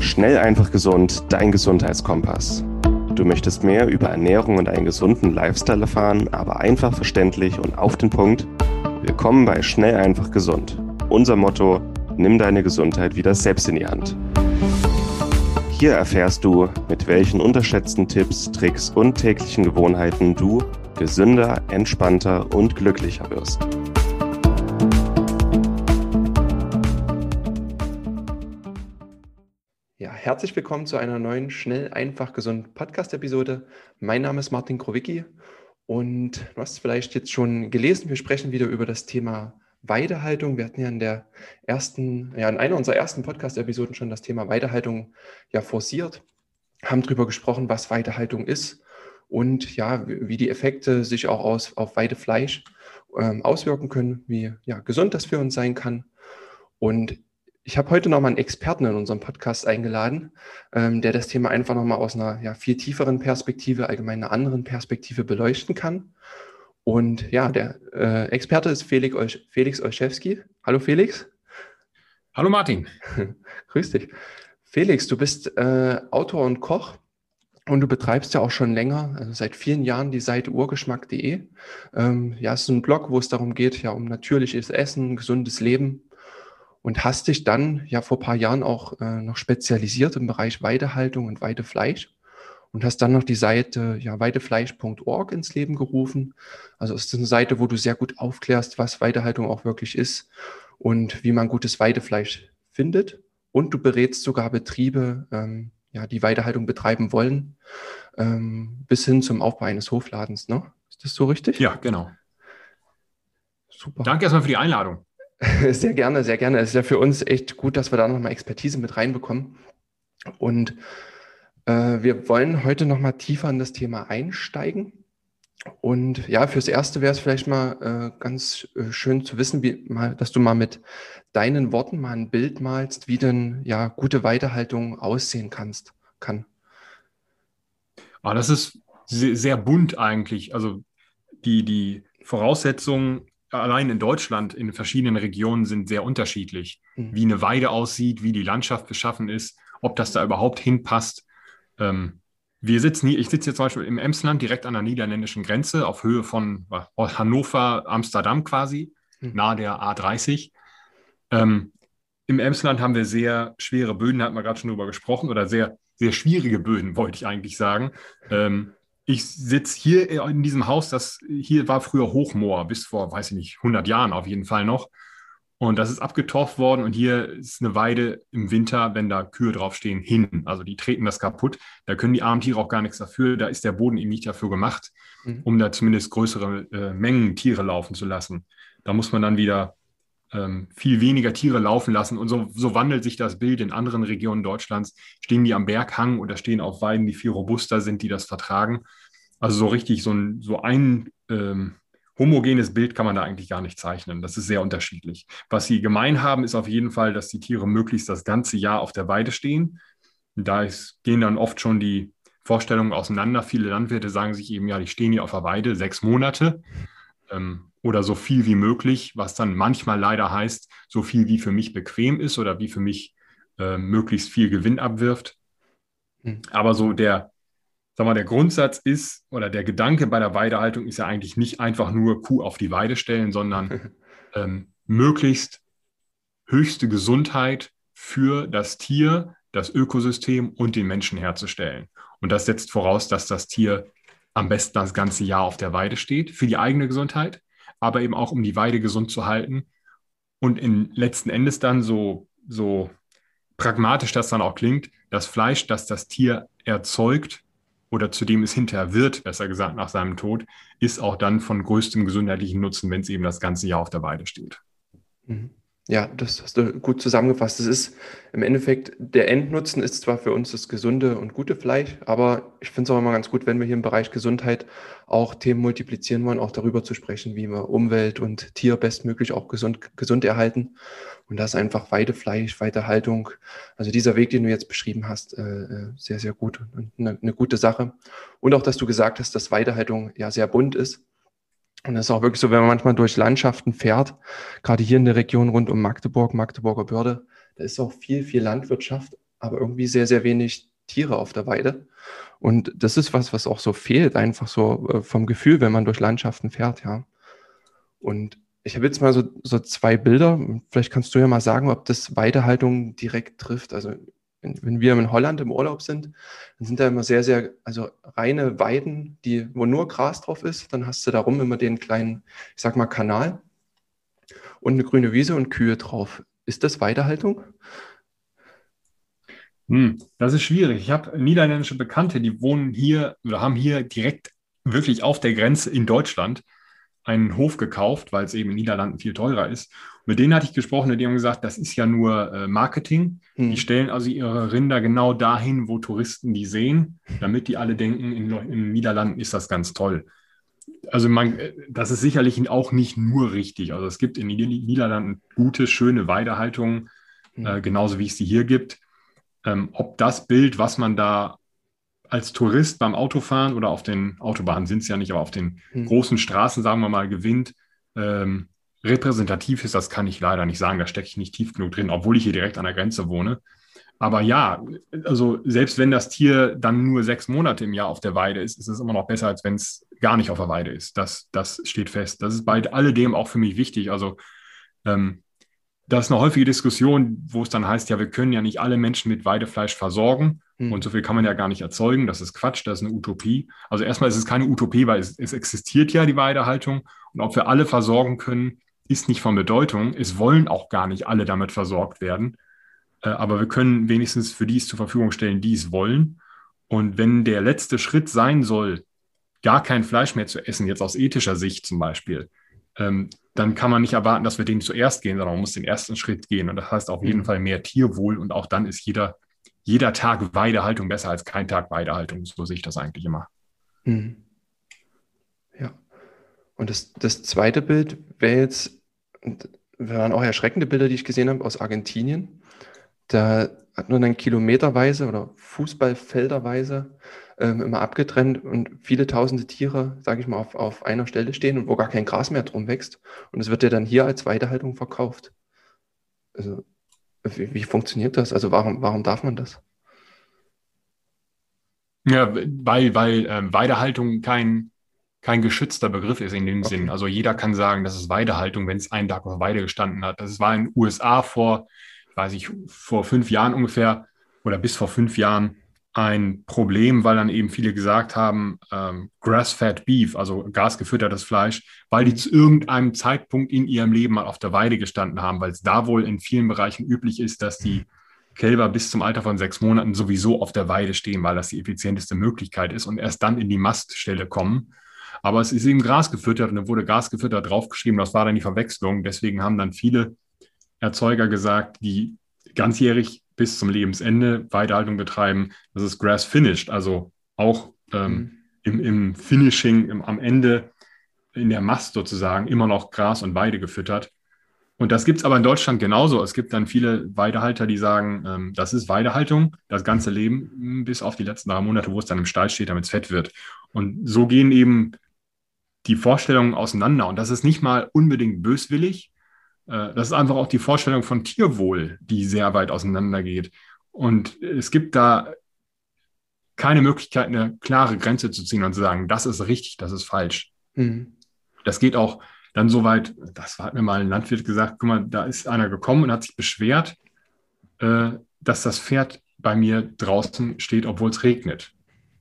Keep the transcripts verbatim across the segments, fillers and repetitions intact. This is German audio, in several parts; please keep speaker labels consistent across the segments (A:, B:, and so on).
A: Schnell, einfach, gesund, dein Gesundheitskompass. Du möchtest mehr über Ernährung und einen gesunden Lifestyle erfahren, aber einfach verständlich und auf den Punkt? Willkommen bei Schnell, einfach, gesund. Unser Motto: Nimm deine Gesundheit wieder selbst in die Hand. Hier erfährst du, mit welchen unterschätzten Tipps, Tricks und täglichen Gewohnheiten du gesünder, entspannter und glücklicher wirst.
B: Ja, herzlich willkommen zu einer neuen Schnell, einfach, gesund Podcast-Episode. Mein Name ist Martin Krowicki und du hast vielleicht jetzt schon gelesen, wir sprechen wieder über das Thema Weidehaltung. Wir hatten ja in der ersten, ja, in einer unserer ersten Podcast-Episoden schon das Thema Weidehaltung ja forciert, haben darüber gesprochen, was Weidehaltung ist und ja, wie die Effekte sich auch aus, auf Weidefleisch ähm, auswirken können, wie ja, gesund das für uns sein kann. Und ich habe heute nochmal einen Experten in unserem Podcast eingeladen, ähm, der das Thema einfach nochmal aus einer ja, viel tieferen Perspektive, allgemein einer anderen Perspektive beleuchten kann. Und ja, der äh, Experte ist Felix, Olsch- Felix Olszewski. Hallo Felix.
C: Hallo Martin.
B: Grüß dich. Felix, du bist äh, Autor und Koch und du betreibst ja auch schon länger, also seit vielen Jahren, die Seite urgeschmack punkt de. Ähm, ja, es ist ein Blog, wo es darum geht, ja, um natürliches Essen, gesundes Leben. Und hast dich dann ja vor ein paar Jahren auch äh, noch spezialisiert im Bereich Weidehaltung und Weidefleisch und hast dann noch die Seite ja, weidefleisch punkt org ins Leben gerufen. Also es ist eine Seite, wo du sehr gut aufklärst, was Weidehaltung auch wirklich ist und wie man gutes Weidefleisch findet. Und du berätst sogar Betriebe, ähm, ja, die Weidehaltung betreiben wollen, ähm, bis hin zum Aufbau eines Hofladens. Ne? Ist das so richtig?
C: Ja, genau.
B: Super.
C: Danke erstmal für die Einladung.
B: Sehr gerne, sehr gerne. Es ist ja für uns echt gut, dass wir da nochmal Expertise mit reinbekommen. Und äh, wir wollen heute nochmal tiefer in das Thema einsteigen. Und ja, fürs Erste wäre es vielleicht mal äh, ganz äh, schön zu wissen, wie, mal, dass du mal mit deinen Worten mal ein Bild malst, wie denn ja gute Weidehaltung aussehen kannst, kann.
C: Aber das ist sehr, sehr bunt eigentlich. Also die, die Voraussetzungen allein in Deutschland in verschiedenen Regionen sind sehr unterschiedlich.
B: Mhm.
C: Wie eine Weide aussieht, wie die Landschaft beschaffen ist, ob das da überhaupt hinpasst. Ähm, wir sitzen hier, ich sitze jetzt zum Beispiel im Emsland, direkt an der niederländischen Grenze, auf Höhe von Hannover, Amsterdam quasi,
B: Mhm.
C: nahe der A dreißig. Ähm, Im Emsland haben wir sehr schwere Böden, da hat man gerade schon drüber gesprochen, oder sehr, sehr schwierige Böden, wollte ich eigentlich sagen. Ähm, ich sitze hier in diesem Haus, das hier war früher Hochmoor, bis vor, weiß ich nicht, hundert Jahren auf jeden Fall noch. Und das ist abgetorft worden und hier ist eine Weide im Winter, wenn da Kühe draufstehen, hin. Also die treten das kaputt. Da können die armen Tiere auch gar nichts dafür. Da ist der Boden eben nicht dafür gemacht,
B: Mhm.
C: um da zumindest größere äh, Mengen Tiere laufen zu lassen. Da muss man dann wieder ähm, viel weniger Tiere laufen lassen. Und so, so wandelt sich das Bild in anderen Regionen Deutschlands. Stehen die am Berghang oder stehen auf Weiden, die viel robuster sind, die das vertragen. Also so richtig so ein, so ein ähm, homogenes Bild kann man da eigentlich gar nicht zeichnen. Das ist sehr unterschiedlich. Was sie gemein haben, ist auf jeden Fall, dass die Tiere möglichst das ganze Jahr auf der Weide stehen. Und da ist, gehen dann oft schon die Vorstellungen auseinander. Viele Landwirte sagen sich eben, ja, die stehen hier auf der Weide sechs Monate ähm, oder so viel wie möglich, was dann manchmal leider heißt, so viel wie für mich bequem ist oder wie für mich äh, möglichst viel Gewinn abwirft.
B: Mhm.
C: Aber so der Sag mal, der Grundsatz ist, oder der Gedanke bei der Weidehaltung ist ja eigentlich nicht einfach nur Kuh auf die Weide stellen, sondern ähm, möglichst höchste Gesundheit für das Tier, das Ökosystem und den Menschen herzustellen. Und das setzt voraus, dass das Tier am besten das ganze Jahr auf der Weide steht, für die eigene Gesundheit, aber eben auch, um die Weide gesund zu halten. Und in letzten Endes dann so, so pragmatisch das dann auch klingt, das Fleisch, das das Tier erzeugt, oder zu dem es hinterher wird, besser gesagt nach seinem Tod, ist auch dann von größtem gesundheitlichen Nutzen, wenn es eben das ganze Jahr auf der Weide steht.
B: Mhm. Ja, das hast du gut zusammengefasst. Das ist im Endeffekt, der Endnutzen ist zwar für uns das gesunde und gute Fleisch, aber ich finde es auch immer ganz gut, wenn wir hier im Bereich Gesundheit auch Themen multiplizieren wollen, auch darüber zu sprechen, wie wir Umwelt und Tier bestmöglich auch gesund, gesund erhalten. Und das ist einfach Weidefleisch, Weidehaltung. Also dieser Weg, den du jetzt beschrieben hast, äh, sehr, sehr gut und eine, eine gute Sache. Und auch, dass du gesagt hast, dass Weidehaltung ja sehr bunt ist. Und das ist auch wirklich so, wenn man manchmal durch Landschaften fährt, gerade hier in der Region rund um Magdeburg, Magdeburger Börde, da ist auch viel, viel Landwirtschaft, aber irgendwie sehr, sehr wenig Tiere auf der Weide. Und das ist was, was auch so fehlt, einfach so äh, vom Gefühl, wenn man durch Landschaften fährt, ja. Und ich habe jetzt mal so, so zwei Bilder. Vielleicht kannst du ja mal sagen, ob das Weidehaltung direkt trifft. Also wenn, wenn wir in Holland im Urlaub sind, dann sind da immer sehr, sehr, also reine Weiden, die, wo nur Gras drauf ist. Dann hast du darum immer den kleinen, ich sag mal, Kanal und eine grüne Wiese und Kühe drauf. Ist das Weidehaltung?
C: Hm, das ist schwierig. Ich habe niederländische Bekannte, die wohnen hier oder haben hier direkt wirklich auf der Grenze in Deutschland einen Hof gekauft, weil es eben in den Niederlanden viel teurer ist. Und mit denen hatte ich gesprochen und die haben gesagt, das ist ja nur äh, Marketing.
B: Hm.
C: Die stellen also ihre Rinder genau dahin, wo Touristen die sehen, damit die alle denken, in, in den Niederlanden ist das ganz toll. Also man, das ist sicherlich auch nicht nur richtig. Also es gibt in den Niederlanden gute, schöne Weidehaltungen,
B: Hm.
C: äh, genauso wie es sie hier gibt. Ähm, ob das Bild, was man da als Tourist beim Autofahren oder auf den Autobahnen sind es ja nicht, aber auf den
B: Hm.
C: großen Straßen, sagen wir mal, gewinnt, ähm, repräsentativ ist, das kann ich leider nicht sagen. Da stecke ich nicht tief genug drin, obwohl ich hier direkt an der Grenze wohne. Aber ja, also selbst wenn das Tier dann nur sechs Monate im Jahr auf der Weide ist, ist es immer noch besser, als wenn es gar nicht auf der Weide ist. Das, das steht fest. Das ist bei alledem auch für mich wichtig. Also ähm, das ist eine häufige Diskussion, wo es dann heißt, ja, wir können ja nicht alle Menschen mit Weidefleisch versorgen
B: Hm.
C: und so viel kann man ja gar nicht erzeugen. Das ist Quatsch, das ist eine Utopie. Also erstmal ist es keine Utopie, weil es, es existiert ja die Weidehaltung und ob wir alle versorgen können, ist nicht von Bedeutung. Es wollen auch gar nicht alle damit versorgt werden, äh, aber wir können wenigstens für die es zur Verfügung stellen, die es wollen. Und wenn der letzte Schritt sein soll, gar kein Fleisch mehr zu essen, jetzt aus ethischer Sicht zum Beispiel, ähm, dann kann man nicht erwarten, dass wir den zuerst gehen, sondern man muss den ersten Schritt gehen. Und das heißt auf jeden
B: Mhm.
C: Fall mehr Tierwohl. Und auch dann ist jeder, jeder Tag Weidehaltung besser als kein Tag Weidehaltung. So sehe ich das eigentlich immer.
B: Hm. Ja. Und das, das zweite Bild wäre jetzt, und das waren auch erschreckende Bilder, die ich gesehen habe aus Argentinien. Da hat man dann kilometerweise oder Fußballfelderweise ähm, immer abgetrennt und viele tausende Tiere, sage ich mal, auf, auf einer Stelle stehen und wo gar kein Gras mehr drum wächst. Und es wird ja dann hier als Weidehaltung verkauft. Also, wie, wie funktioniert das? Also, warum, warum darf man das?
C: Ja, weil, weil ähm, Weidehaltung kein, kein geschützter Begriff ist in dem
B: Okay.
C: Sinn. Also jeder kann sagen, das ist Weidehaltung, wenn es einen Tag auf der Weide gestanden hat. Das war in den U S A vor, weiß ich, vor fünf Jahren ungefähr oder bis vor fünf Jahren ein Problem, weil dann eben viele gesagt haben, ähm, Grass-Fed Beef, also gasgefüttertes Fleisch, weil die
B: Mhm.
C: zu irgendeinem Zeitpunkt in ihrem Leben mal auf der Weide gestanden haben, weil es da wohl in vielen Bereichen üblich ist, dass die Kälber bis zum Alter von sechs Monaten sowieso auf der Weide stehen, weil das die effizienteste Möglichkeit ist und erst dann in die Maststelle kommen. Aber es ist eben Gras gefüttert und da wurde Gras gefüttert draufgeschrieben, das war dann die Verwechslung. Deswegen haben dann viele Erzeuger gesagt, die ganzjährig bis zum Lebensende Weidehaltung betreiben, das ist Grass Finished, also auch ähm,
B: Mhm.
C: im, im Finishing, im, am Ende in der Mast sozusagen immer noch Gras und Weide gefüttert. Und das gibt es aber in Deutschland genauso. Es gibt dann viele Weidehalter, die sagen, ähm, das ist Weidehaltung, das ganze Leben, mh, bis auf die letzten drei Monate, wo es dann im Stall steht, damit es fett wird. Und so gehen eben die Vorstellungen auseinander. Und das ist nicht mal unbedingt böswillig. Äh, das ist einfach auch die Vorstellung von Tierwohl, die sehr weit auseinander geht. Und es gibt da keine Möglichkeit, eine klare Grenze zu ziehen und zu sagen, das ist richtig, das ist falsch.
B: Mhm.
C: Das geht auch dann so weit, das hat mir mal ein Landwirt gesagt, guck mal, da ist einer gekommen und hat sich beschwert, äh, dass das Pferd bei mir draußen steht, obwohl es regnet.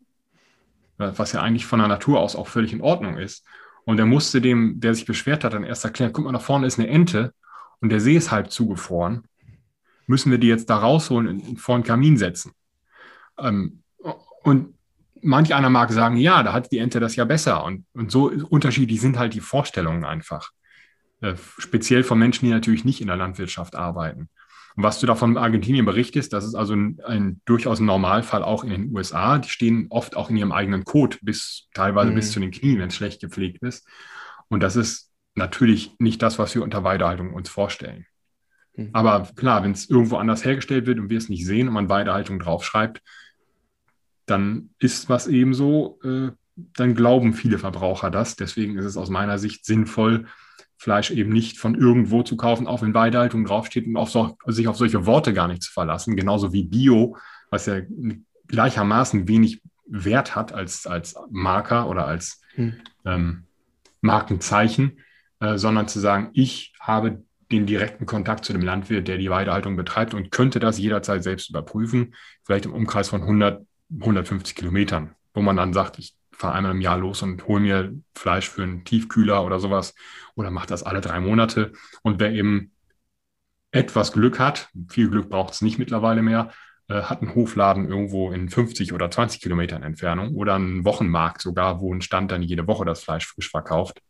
C: Was ja eigentlich von der Natur aus auch völlig in Ordnung ist. Und er musste dem, der sich beschwert hat, dann erst erklären, guck mal, da vorne ist eine Ente und der See ist halb zugefroren. Müssen wir die jetzt da rausholen und vor den Kamin setzen? Ähm, und manch einer mag sagen, ja, da hat die Ente das ja besser. Und, und so unterschiedlich sind halt die Vorstellungen einfach. Äh, speziell von Menschen, die natürlich nicht in der Landwirtschaft arbeiten. Und was du da von Argentinien berichtest, das ist also ein, ein durchaus ein Normalfall auch in den U S A. Die stehen oft auch in ihrem eigenen Kot, bis teilweise
B: Mhm.
C: bis zu den Knien, wenn es schlecht gepflegt ist. Und das ist natürlich nicht das, was wir unter Weidehaltung uns vorstellen.
B: Mhm.
C: Aber klar, wenn es irgendwo anders hergestellt wird und wir es nicht sehen und man Weidehaltung draufschreibt, dann ist was eben so, äh, dann glauben viele Verbraucher das. Deswegen ist es aus meiner Sicht sinnvoll, Fleisch eben nicht von irgendwo zu kaufen, auch wenn Weidehaltung draufsteht und auf so, sich auf solche Worte gar nicht zu verlassen. Genauso wie Bio, was ja gleichermaßen wenig Wert hat als, als Marker oder als hm. ähm, Markenzeichen, äh, sondern zu sagen, ich habe den direkten Kontakt zu dem Landwirt, der die Weidehaltung betreibt und könnte das jederzeit selbst überprüfen, vielleicht im Umkreis von hundert, hundertfünfzig Kilometern, wo man dann sagt, ich fahre einmal im Jahr los und hole mir Fleisch für einen Tiefkühler oder sowas oder mache das alle drei Monate. Und wer eben etwas Glück hat, viel Glück braucht es nicht mittlerweile mehr, äh, hat einen Hofladen irgendwo in fünfzig oder zwanzig Kilometern Entfernung oder einen Wochenmarkt sogar, wo ein Stand dann jede Woche das Fleisch frisch verkauft.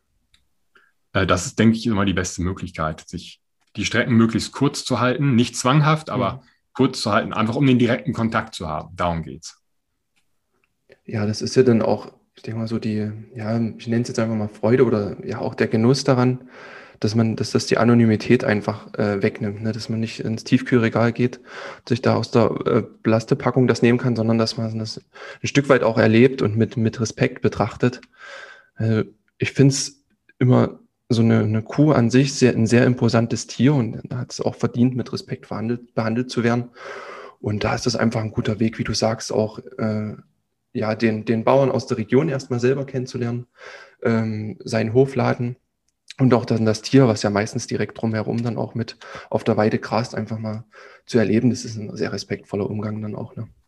C: Das ist, denke ich, immer die beste Möglichkeit, sich die Strecken möglichst kurz zu halten, nicht zwanghaft, aber mhm. kurz zu halten, einfach um den direkten Kontakt zu haben. Darum geht's.
B: Ja, das ist ja dann auch, ich denke mal so die, ja, ich nenne es jetzt einfach mal Freude oder ja auch der Genuss daran, dass man, dass das die Anonymität einfach äh, wegnimmt, ne? Dass man nicht ins Tiefkühlregal geht und sich da aus der äh, Plastepackung das nehmen kann, sondern dass man das ein Stück weit auch erlebt und mit, mit Respekt betrachtet. Äh, ich finde es immer so eine, eine Kuh an sich sehr, ein sehr imposantes Tier und da hat es auch verdient, mit Respekt behandelt, behandelt zu werden. Und da ist es einfach ein guter Weg, wie du sagst, auch äh, ja, den, den Bauern aus der Region erstmal selber kennenzulernen, ähm, seinen Hofladen und auch dann das Tier, was ja meistens direkt drumherum dann auch mit auf der Weide grast, einfach mal zu erleben. Das ist ein sehr respektvoller Umgang dann auch. Ne?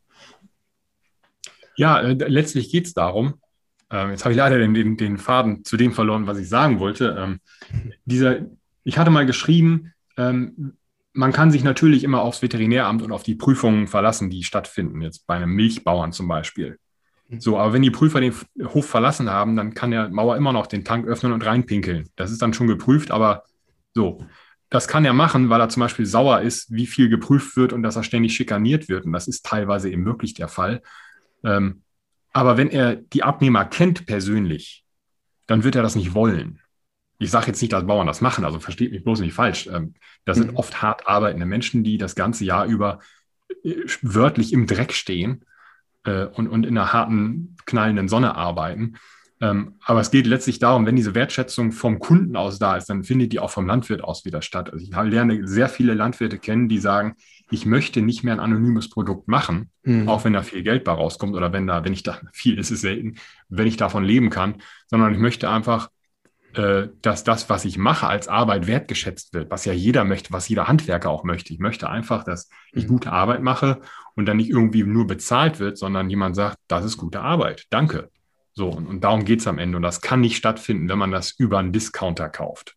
C: Ja, äh, letztlich geht es darum, Ähm, jetzt habe ich leider den, den, den Faden zu dem verloren, was ich sagen wollte. Ähm, dieser, ich hatte mal geschrieben, ähm, man kann sich natürlich immer aufs Veterinäramt und auf die Prüfungen verlassen, die stattfinden, jetzt bei einem Milchbauern zum Beispiel. So, aber wenn die Prüfer den Hof verlassen haben, dann kann der Mauer immer noch den Tank öffnen und reinpinkeln. Das ist dann schon geprüft, aber so. Das kann er machen, weil er zum Beispiel sauer ist, wie viel geprüft wird und dass er ständig schikaniert wird. Und das ist teilweise eben wirklich der Fall. Ähm, Aber wenn er die Abnehmer kennt persönlich, dann wird er das nicht wollen. Ich sage jetzt nicht, dass Bauern das machen, also versteht mich bloß nicht falsch. Das sind oft hart arbeitende Menschen, die das ganze Jahr über wörtlich im Dreck stehen und, und in einer harten, knallenden Sonne arbeiten. Aber es geht letztlich darum, wenn diese Wertschätzung vom Kunden aus da ist, dann findet die auch vom Landwirt aus wieder statt. Also ich lerne sehr viele Landwirte kennen, die sagen, ich möchte nicht mehr ein anonymes Produkt machen, mhm. auch wenn da viel Geld bei rauskommt oder wenn da, wenn ich da, viel ist es selten, wenn ich davon leben kann, sondern ich möchte einfach, äh, dass das, was ich mache als Arbeit wertgeschätzt wird, was ja jeder möchte, was jeder Handwerker auch möchte. Ich möchte einfach, dass ich mhm. gute Arbeit mache und dann nicht irgendwie nur bezahlt wird, sondern jemand sagt, das ist gute Arbeit, danke. So, und, und darum geht es am Ende. Und das kann nicht stattfinden, wenn man das über einen Discounter kauft.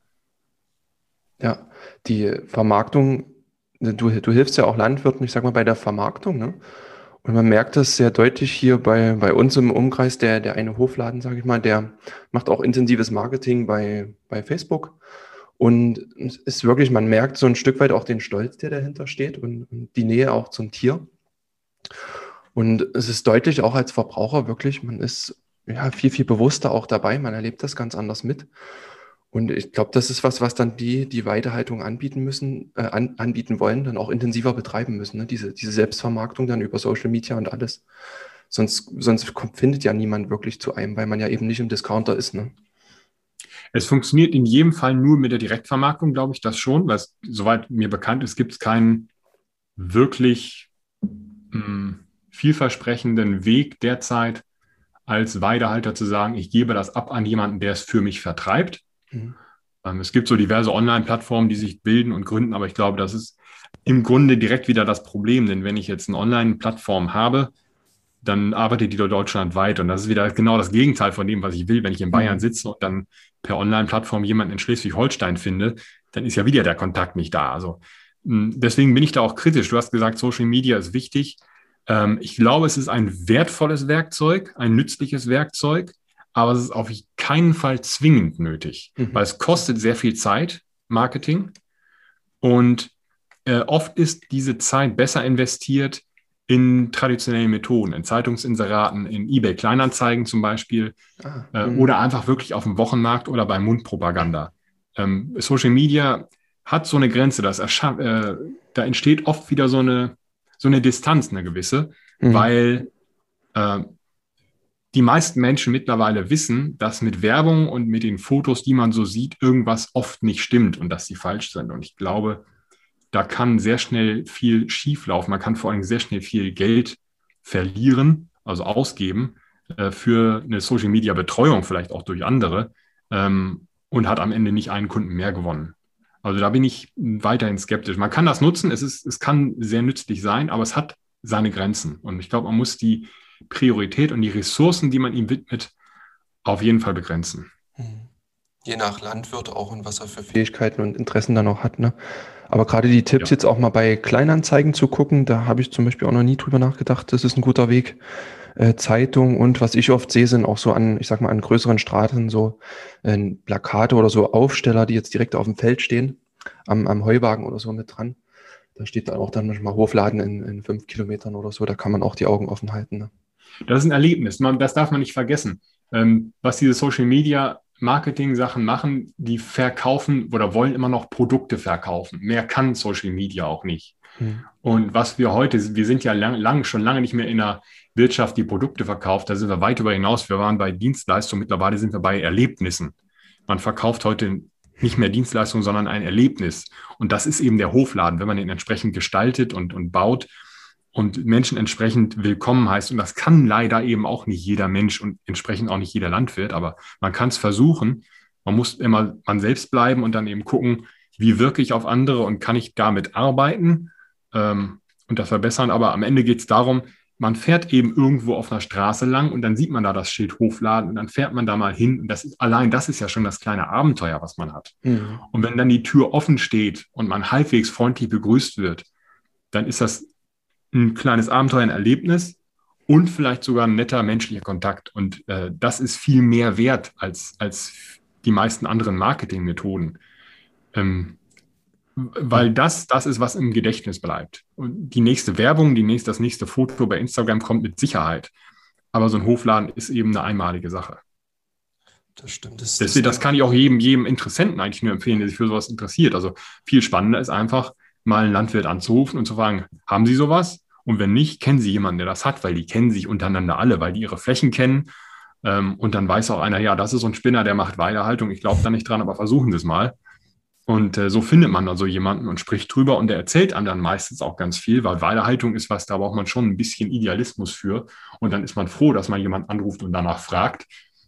B: Ja, die Vermarktung, du, du hilfst ja auch Landwirten, ich sag mal, bei der Vermarktung, ne? Und man merkt das sehr deutlich hier bei, bei uns im Umkreis, der, der eine Hofladen, sage ich mal, der macht auch intensives Marketing bei, bei Facebook. Und es ist wirklich, man merkt so ein Stück weit auch den Stolz, der dahinter steht und, und die Nähe auch zum Tier. Und es ist deutlich auch als Verbraucher wirklich, man ist ja viel, viel bewusster auch dabei, man erlebt das ganz anders mit. Und ich glaube, das ist was, was dann die, die Weidehaltung anbieten müssen, äh, an, anbieten wollen, dann auch intensiver betreiben müssen, ne? Diese, diese Selbstvermarktung dann über Social Media und alles. Sonst, sonst kommt, findet ja niemand wirklich zu einem, weil man ja eben nicht im Discounter ist, ne?
C: Es funktioniert in jedem Fall nur mit der Direktvermarktung, glaube ich, das schon, weil es, soweit mir bekannt ist, gibt es keinen wirklich mh, vielversprechenden Weg derzeit als Weidehalter zu sagen, ich gebe das ab an jemanden, der es für mich vertreibt. Mhm. Ähm, es gibt so diverse Online-Plattformen, die sich bilden und gründen, aber ich glaube, das ist im Grunde direkt wieder das Problem, denn wenn ich jetzt eine Online-Plattform habe, dann arbeitet die dort deutschlandweit und das ist wieder genau das Gegenteil von dem, was ich will. Wenn ich in Bayern sitze und dann per Online-Plattform jemanden in Schleswig-Holstein finde, dann ist ja wieder der Kontakt nicht da. Also deswegen bin ich da auch kritisch. Du hast gesagt, Social Media ist wichtig. Ich glaube, es ist ein wertvolles Werkzeug, ein nützliches Werkzeug, aber es ist auf keinen Fall zwingend nötig, mhm. weil es kostet sehr viel Zeit, Marketing, und äh, oft ist diese Zeit besser investiert in traditionelle Methoden, in Zeitungsinseraten, in eBay-Kleinanzeigen zum Beispiel, ah, äh, oder einfach wirklich auf dem Wochenmarkt oder bei Mundpropaganda. Ähm, Social Media hat so eine Grenze, das erscha- äh, da entsteht oft wieder so eine so eine Distanz, eine gewisse, mhm. weil äh, die meisten Menschen mittlerweile wissen, dass mit Werbung und mit den Fotos, die man so sieht, irgendwas oft nicht stimmt und dass sie falsch sind. Und ich glaube, da kann sehr schnell viel schieflaufen. Man kann vor allem sehr schnell viel Geld verlieren, also ausgeben, äh, für eine Social-Media-Betreuung, vielleicht auch durch andere, ähm, und hat am Ende nicht einen Kunden mehr gewonnen. Also da bin ich weiterhin skeptisch. Man kann das nutzen, es ist, es kann sehr nützlich sein, aber es hat seine Grenzen. Und ich glaube, man muss die Priorität und die Ressourcen, die man ihm widmet, auf jeden Fall begrenzen.
B: Je nach Landwirt auch und was er für Fähigkeiten und Interessen dann auch hat, ne? Aber gerade die Tipps ja. jetzt auch mal bei Kleinanzeigen zu gucken, da habe ich zum Beispiel auch noch nie drüber nachgedacht. Das ist ein guter Weg. Äh, Zeitung und was ich oft sehe, sind auch so an, ich sag mal, an größeren Straßen so äh, Plakate oder so Aufsteller, die jetzt direkt auf dem Feld stehen, am, am Heuwagen oder so mit dran. Da steht dann auch dann manchmal Hofladen in, in fünf Kilometern oder so, da kann man auch die Augen offen halten. Ne?
C: Das ist ein Erlebnis, man, das darf man nicht vergessen. Ähm, was diese Social Media Marketing-Sachen machen, die verkaufen oder wollen immer noch Produkte verkaufen. Mehr kann Social Media auch nicht. Hm. Und was wir heute, wir sind ja lang, lang, schon lange nicht mehr in einer Wirtschaft, die Produkte verkauft, da sind wir weit darüber hinaus. Wir waren bei Dienstleistungen, mittlerweile sind wir bei Erlebnissen. Man verkauft heute nicht mehr Dienstleistungen, sondern ein Erlebnis. Und das ist eben der Hofladen, wenn man ihn entsprechend gestaltet und, und baut und Menschen entsprechend willkommen heißt. Und das kann leider eben auch nicht jeder Mensch und entsprechend auch nicht jeder Landwirt, aber man kann es versuchen. Man muss immer man selbst bleiben und dann eben gucken, wie wirke ich auf andere und kann ich damit arbeiten ähm, und das verbessern. Aber am Ende geht es darum, man fährt eben irgendwo auf einer Straße lang und dann sieht man da das Schild Hofladen und dann fährt man da mal hin. Und das ist, allein das ist ja schon das kleine Abenteuer, was man hat. Mhm. Und wenn dann die Tür offen steht und man halbwegs freundlich begrüßt wird, dann ist das ein kleines Abenteuer, ein Erlebnis und vielleicht sogar ein netter menschlicher Kontakt. Und äh, das ist viel mehr wert als, als die meisten anderen Marketingmethoden. Ähm, weil das, das ist, was im Gedächtnis bleibt. Und die nächste Werbung, die nächste, das nächste Foto bei Instagram kommt mit Sicherheit. Aber so ein Hofladen ist eben eine einmalige Sache.
B: Das stimmt. Das,
C: das, das kann ich auch jedem, jedem Interessenten eigentlich nur empfehlen, der sich für sowas interessiert. Also viel spannender ist einfach, mal einen Landwirt anzurufen und zu fragen, haben Sie sowas? Und wenn nicht, kennen Sie jemanden, der das hat, weil die kennen sich untereinander alle, weil die ihre Flächen kennen. Ähm, und dann weiß auch einer, ja, das ist so ein Spinner, der macht Weidehaltung. Ich glaube da nicht dran, aber versuchen Sie es mal. Und äh, so findet man also jemanden und spricht drüber und der erzählt einem dann meistens auch ganz viel, weil Weidehaltung ist was, da braucht man schon ein bisschen Idealismus für. Und dann ist man froh, dass man jemanden anruft und danach fragt.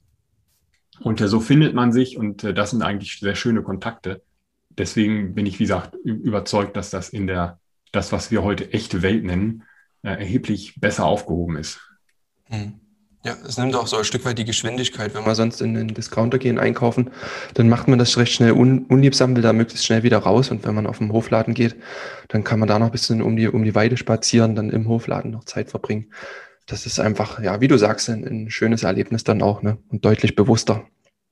C: Und äh, so findet man sich und äh, das sind eigentlich sehr schöne Kontakte. Deswegen bin ich, wie gesagt, überzeugt, dass das in der, das, was wir heute echte Welt nennen, äh, erheblich besser aufgehoben ist.
B: Hm. Ja, es nimmt auch so ein Stück weit die Geschwindigkeit. Wenn wir sonst in den Discounter gehen, einkaufen, dann macht man das recht schnell un- unliebsam, will da möglichst schnell wieder raus. Und wenn man auf den Hofladen geht, dann kann man da noch ein bisschen um die, um die Weide spazieren, dann im Hofladen noch Zeit verbringen. Das ist einfach, ja, wie du sagst, ein, ein schönes Erlebnis dann auch, ne? Und deutlich bewusster.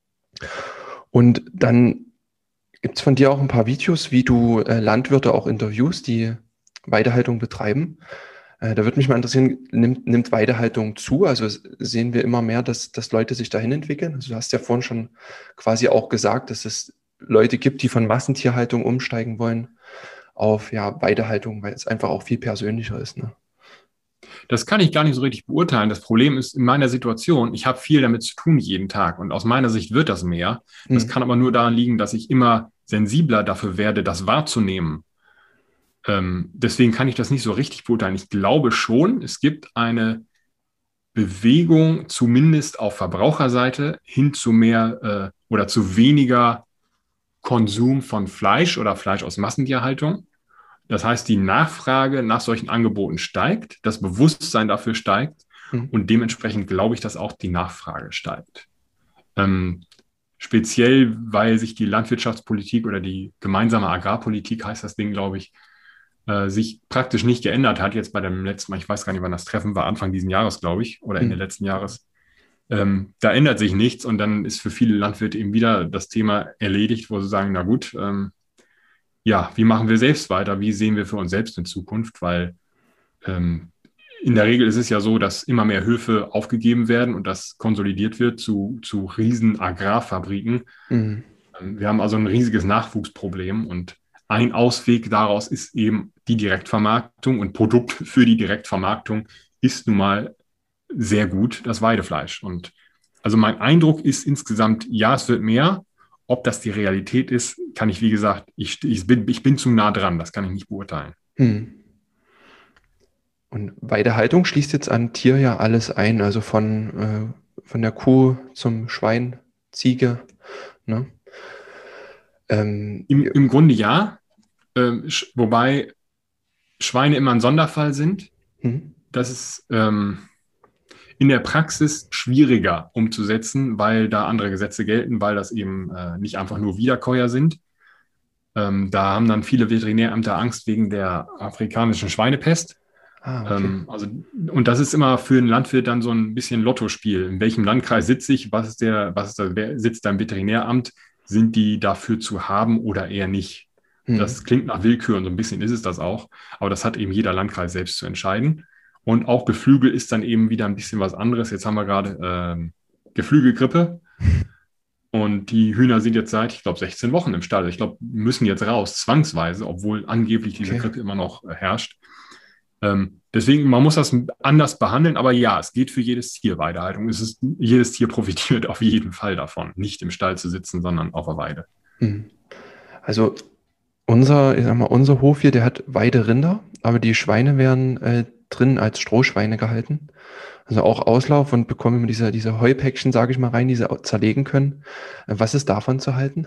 B: Und dann gibt es von dir auch ein paar Videos, wie du äh, Landwirte auch interviewst, die Weidehaltung betreiben. Äh, da würde mich mal interessieren, nimmt, nimmt Weidehaltung zu? Also sehen wir immer mehr, dass, dass Leute sich dahin entwickeln? Also du hast ja vorhin schon quasi auch gesagt, dass es Leute gibt, die von Massentierhaltung umsteigen wollen auf ja, Weidehaltung, weil es einfach auch viel persönlicher ist, ne?
C: Das kann ich gar nicht so richtig beurteilen. Das Problem ist in meiner Situation, ich habe viel damit zu tun jeden Tag und aus meiner Sicht wird das mehr. Das hm. kann aber nur daran liegen, dass ich immer sensibler dafür werde, das wahrzunehmen. Ähm, deswegen kann ich das nicht so richtig beurteilen. Ich glaube schon, es gibt eine Bewegung, zumindest auf Verbraucherseite, hin zu mehr äh, oder zu weniger Konsum von Fleisch oder Fleisch aus Massentierhaltung. Das heißt, die Nachfrage nach solchen Angeboten steigt, das Bewusstsein dafür steigt mhm. und dementsprechend glaube ich, dass auch die Nachfrage steigt. Ähm, speziell, weil sich die Landwirtschaftspolitik oder die gemeinsame Agrarpolitik, heißt das Ding, glaube ich, äh, sich praktisch nicht geändert hat. Jetzt bei dem letzten Mal, ich weiß gar nicht, wann das Treffen war, Anfang diesen Jahres, glaube ich, oder Ende mhm. letzten Jahres. Ähm, da ändert sich nichts und dann ist für viele Landwirte eben wieder das Thema erledigt, wo sie sagen, na gut, ähm, ja, wie machen wir selbst weiter? Wie sehen wir für uns selbst in Zukunft? Weil ähm, in der Regel ist es ja so, dass immer mehr Höfe aufgegeben werden und das konsolidiert wird zu, zu riesen Agrarfabriken. Mhm. Ähm, wir haben also ein riesiges Nachwuchsproblem und ein Ausweg daraus ist eben die Direktvermarktung und Produkt für die Direktvermarktung ist nun mal sehr gut das Weidefleisch. Und also mein Eindruck ist insgesamt, ja, es wird mehr. Ob das die Realität ist, kann ich, wie gesagt, ich, ich, bin, ich bin zu nah dran, das kann ich nicht beurteilen.
B: Hm. Und Weidehaltung schließt jetzt an Tier ja alles ein, also von, äh, von der Kuh zum Schwein, Ziege. Ne? Ähm,
C: Im, Im Grunde ja, ähm, sch- wobei Schweine immer ein Sonderfall sind.
B: hm,
C: Das ist ähm, in der Praxis schwieriger umzusetzen, weil da andere Gesetze gelten, weil das eben äh, nicht einfach nur Wiederkäuer sind. Ähm, da haben dann viele Veterinärämter Angst wegen der afrikanischen Schweinepest.
B: ah, okay.
C: Ähm, also, und das ist immer für einen Landwirt dann so ein bisschen Lottospiel. In welchem Landkreis sitze ich? Was ist der, was ist da, wer sitzt da im Veterinäramt? Sind die dafür zu haben oder eher nicht?
B: Hm.
C: Das klingt nach Willkür und so ein bisschen ist es das auch. Aber das hat eben jeder Landkreis selbst zu entscheiden. Und auch Geflügel ist dann eben wieder ein bisschen was anderes. Jetzt haben wir gerade ähm, Geflügelgrippe. Und die Hühner sind jetzt seit, ich glaube, sechzehn Wochen im Stall. Ich glaube, müssen jetzt raus, zwangsweise, obwohl angeblich diese
B: Okay.
C: Grippe immer noch äh, herrscht. Ähm, deswegen, man muss das anders behandeln, aber ja, es geht für jedes Tier Weidehaltung. Es ist, jedes Tier profitiert auf jeden Fall davon, nicht im Stall zu sitzen, sondern auf der Weide.
B: Hm. Also unser, ich sag mal, unser Hof hier, der hat Weiderinder, aber die Schweine werden äh, drin als Strohschweine gehalten. Also auch Auslauf und bekommen immer diese, diese Heupäckchen, sage ich mal, rein, die sie auch zerlegen können. Äh, Was ist davon zu halten?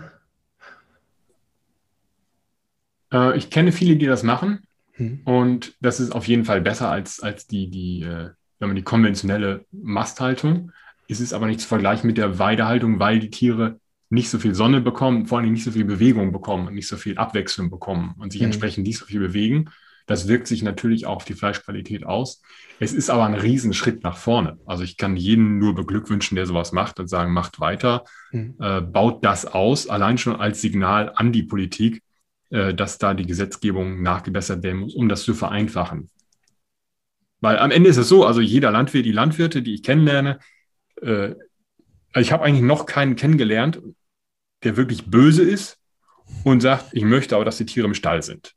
C: Äh, ich kenne viele, die das machen.
B: Hm.
C: Und das ist auf jeden Fall besser als, als die, die, äh, wenn man die konventionelle Masthaltung. Es ist aber nicht zu vergleichen mit der Weidehaltung, weil die Tiere nicht so viel Sonne bekommen, vor allem nicht so viel Bewegung bekommen und nicht so viel Abwechslung bekommen und sich
B: Mhm.
C: entsprechend nicht so viel bewegen. Das wirkt sich natürlich auch auf die Fleischqualität aus. Es ist aber ein Riesenschritt nach vorne. Also ich kann jeden nur beglückwünschen, der sowas macht und sagen, macht weiter,
B: Hm.
C: äh, baut das aus, allein schon als Signal an die Politik, äh, dass da die Gesetzgebung nachgebessert werden muss, um das zu vereinfachen. Weil am Ende ist es so, also jeder Landwirt, die Landwirte, die ich kennenlerne, äh, also ich habe eigentlich noch keinen kennengelernt, der wirklich böse ist und sagt, ich möchte aber, dass die Tiere im Stall sind.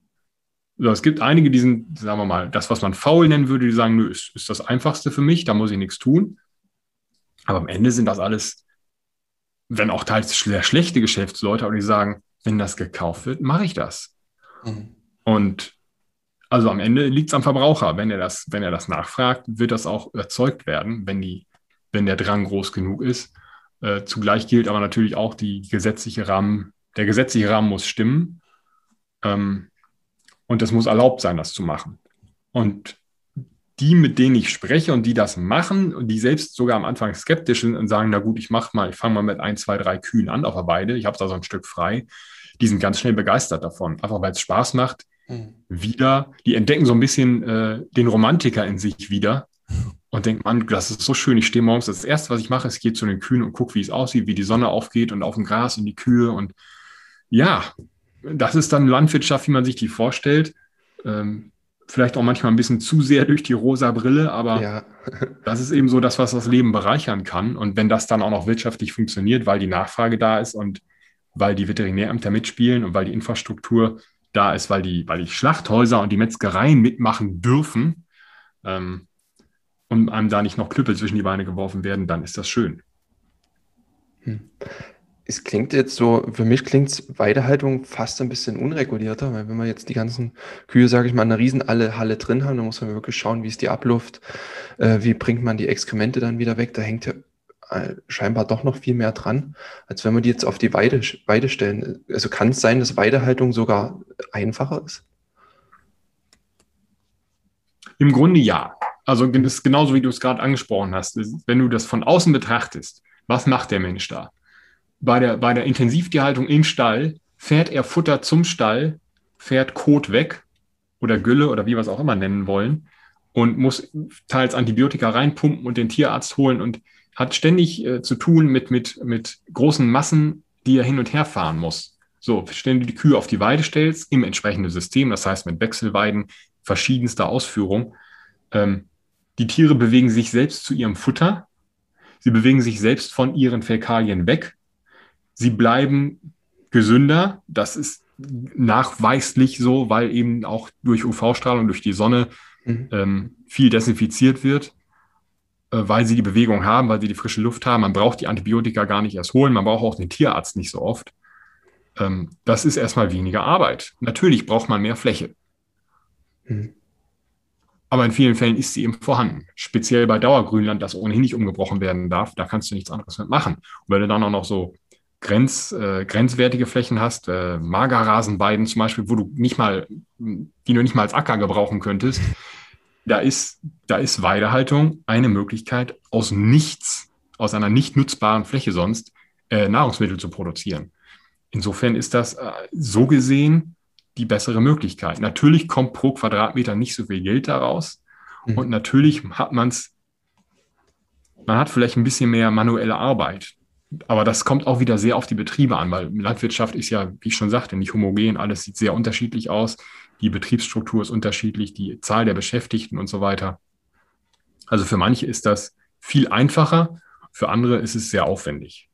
C: So, es gibt einige, die sind, sagen wir mal, das, was man faul nennen würde, die sagen, nö, ist, ist das Einfachste für mich, da muss ich nichts tun. Aber am Ende sind das alles, wenn auch teils sehr schlechte Geschäftsleute, aber die sagen, wenn das gekauft wird, mache ich das.
B: Hm.
C: Und also am Ende liegt es am Verbraucher. Wenn er das, wenn er das nachfragt, wird das auch erzeugt werden, wenn, die, wenn der Drang groß genug ist. Äh, zugleich gilt aber natürlich auch die gesetzliche Rahmen, der gesetzliche Rahmen muss stimmen. Ähm, und es muss erlaubt sein, das zu machen. Und die, mit denen ich spreche und die das machen und die selbst sogar am Anfang skeptisch sind und sagen, na gut, ich mache mal, ich fange mal mit ein, zwei, drei Kühen an auf der Weide, ich habe da so ein Stück frei, die sind ganz schnell begeistert davon, einfach weil es Spaß macht.
B: Hm.
C: Wieder, die entdecken so ein bisschen äh, den Romantiker in sich wieder und denken, Mann, das ist so schön, ich stehe morgens, das Erste, was ich mache, ist, ich gehe zu den Kühen und gucke, wie es aussieht, wie die Sonne aufgeht und auf dem Gras und die Kühe und ja, das ist dann Landwirtschaft, wie man sich die vorstellt. Ähm, vielleicht auch manchmal ein bisschen zu sehr durch die rosa Brille, aber
B: Ja.
C: das ist eben so das, was das Leben bereichern kann. Und wenn das dann auch noch wirtschaftlich funktioniert, weil die Nachfrage da ist und weil die Veterinärämter mitspielen und weil die Infrastruktur da ist, weil die, weil die Schlachthäuser und die Metzgereien mitmachen dürfen ähm, und einem da nicht noch Knüppel zwischen die Beine geworfen werden, dann ist das schön.
B: Hm. Es klingt jetzt so, für mich klingt Weidehaltung fast ein bisschen unregulierter, weil wenn wir jetzt die ganzen Kühe, sage ich mal, in einer riesen Halle, Halle drin haben, dann muss man wirklich schauen, wie ist die Abluft, äh, wie bringt man die Exkremente dann wieder weg. Da hängt ja äh, scheinbar doch noch viel mehr dran, als wenn wir die jetzt auf die Weide, Weide stellen. Also kann es sein, dass Weidehaltung sogar einfacher ist?
C: Im Grunde ja. Also das ist genauso, wie du es gerade angesprochen hast. Wenn du das von außen betrachtest, was macht der Mensch da? Bei der, bei der Intensivtierhaltung im Stall fährt er Futter zum Stall, fährt Kot weg oder Gülle oder wie wir es auch immer nennen wollen und muss teils Antibiotika reinpumpen und den Tierarzt holen und hat ständig äh, zu tun mit, mit, mit großen Massen, die er hin und her fahren muss. So, wenn du die Kühe auf die Weide stellst, im entsprechenden System, das heißt mit Wechselweiden, verschiedenster Ausführung, ähm, die Tiere bewegen sich selbst zu ihrem Futter, sie bewegen sich selbst von ihren Fäkalien weg, sie bleiben gesünder, das ist nachweislich so, weil eben auch durch U V-Strahlung, durch die Sonne
B: Mhm.
C: ähm, viel desinfiziert wird. weil sie die Bewegung haben, weil sie die frische Luft haben. Man braucht die Antibiotika gar nicht erst holen. Man braucht auch den Tierarzt nicht so oft. Ähm, das ist erstmal weniger Arbeit. Natürlich braucht man mehr Fläche. Hm. Aber in vielen Fällen ist sie eben vorhanden. Speziell bei Dauergrünland, das ohnehin nicht umgebrochen werden darf, da kannst du nichts anderes mit machen. Und wenn du dann auch noch so Grenz, äh, grenzwertige Flächen hast, äh, Magerrasenweiden zum Beispiel, wo du nicht mal, die du nicht mal als Acker gebrauchen könntest, da ist, da ist Weidehaltung eine Möglichkeit, aus nichts, aus einer nicht nutzbaren Fläche sonst, äh, Nahrungsmittel zu produzieren. Insofern ist das äh, so gesehen die bessere Möglichkeit. Natürlich kommt pro Quadratmeter nicht so viel Geld daraus. Mhm. Und natürlich hat man es, man hat vielleicht ein bisschen mehr manuelle Arbeit. Aber das kommt auch wieder sehr auf die Betriebe an, weil Landwirtschaft ist ja, wie ich schon sagte, nicht homogen. Alles sieht sehr unterschiedlich aus. Die Betriebsstruktur ist unterschiedlich, die Zahl der Beschäftigten und so weiter. Also für manche ist das viel einfacher, für andere ist es sehr aufwendig.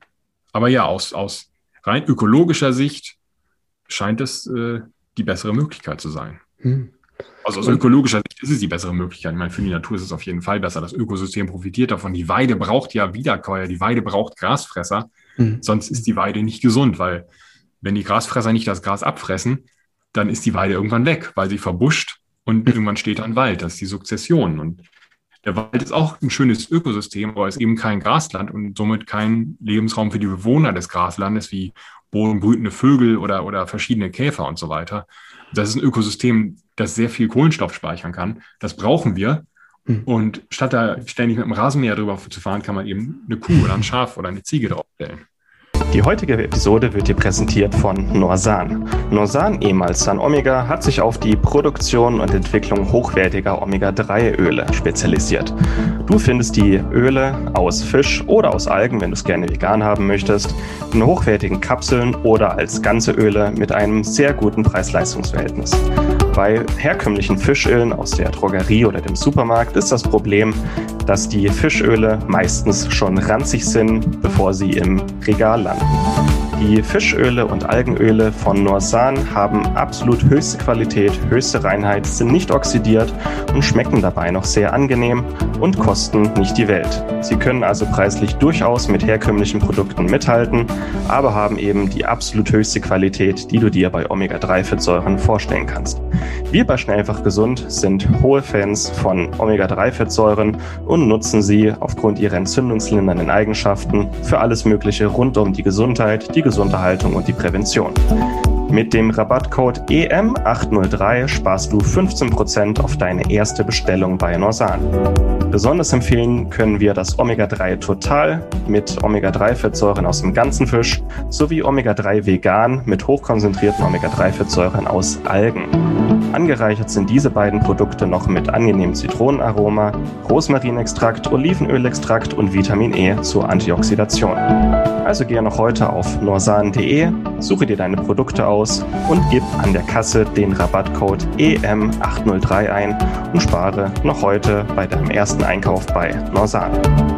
C: Aber ja, aus, aus rein ökologischer Sicht scheint es äh, die bessere Möglichkeit zu sein. Hm. Also aus ökologischer Sicht ist es die bessere Möglichkeit. Ich meine, für die Natur ist es auf jeden Fall besser. Das Ökosystem profitiert davon. Die Weide braucht ja Wiederkäuer, die Weide braucht Grasfresser. Hm. Sonst ist die Weide nicht gesund, weil wenn die Grasfresser nicht das Gras abfressen, dann ist die Weide irgendwann weg, weil sie verbuscht und irgendwann steht ein Wald. Das ist die Sukzession. Und der Wald ist auch ein schönes Ökosystem, aber ist eben kein Grasland und somit kein Lebensraum für die Bewohner des Graslandes wie bodenbrütende Vögel oder, oder verschiedene Käfer und so weiter. Das ist ein Ökosystem, das sehr viel Kohlenstoff speichern kann. Das brauchen wir. Mhm. Und statt da ständig mit dem Rasenmäher drüber zu fahren, kann man eben eine Kuh oder ein Schaf oder eine Ziege draufstellen.
A: Die heutige Episode wird dir präsentiert von Norsan. Norsan, ehemals San Omega, hat sich auf die Produktion und Entwicklung hochwertiger Omega drei Öle spezialisiert. Du findest die Öle aus Fisch oder aus Algen, wenn du es gerne vegan haben möchtest, in hochwertigen Kapseln oder als ganze Öle mit einem sehr guten Preis-Leistungs-Verhältnis. Bei herkömmlichen Fischölen aus der Drogerie oder dem Supermarkt ist das Problem, dass die Fischöle meistens schon ranzig sind, bevor sie im Regal landen. Die Fischöle und Algenöle von Norsan haben absolut höchste Qualität, höchste Reinheit, sind nicht oxidiert und schmecken dabei noch sehr angenehm und kosten nicht die Welt. Sie können also preislich durchaus mit herkömmlichen Produkten mithalten, aber haben eben die absolut höchste Qualität, die du dir bei Omega drei Fettsäuren vorstellen kannst. Wir bei Schnell einfach gesund sind hohe Fans von Omega drei Fettsäuren und nutzen sie aufgrund ihrer entzündungslindernden Eigenschaften für alles Mögliche rund um die Gesundheit, die Gesunderhaltung und die Prävention. Mit dem Rabattcode E M acht null drei sparst du fünfzehn Prozent auf deine erste Bestellung bei Norsan. Besonders empfehlen können wir das Omega drei Total mit Omega drei Fettsäuren aus dem ganzen Fisch sowie Omega drei Vegan mit hochkonzentrierten Omega drei Fettsäuren aus Algen. Angereichert sind diese beiden Produkte noch mit angenehmem Zitronenaroma, Rosmarinextrakt, Olivenölextrakt und Vitamin E zur Antioxidation. Also gehe noch heute auf norsan punkt de, suche dir deine Produkte aus und gib an der Kasse den Rabattcode E M acht null drei ein und spare noch heute bei deinem ersten Einkauf bei Norsan.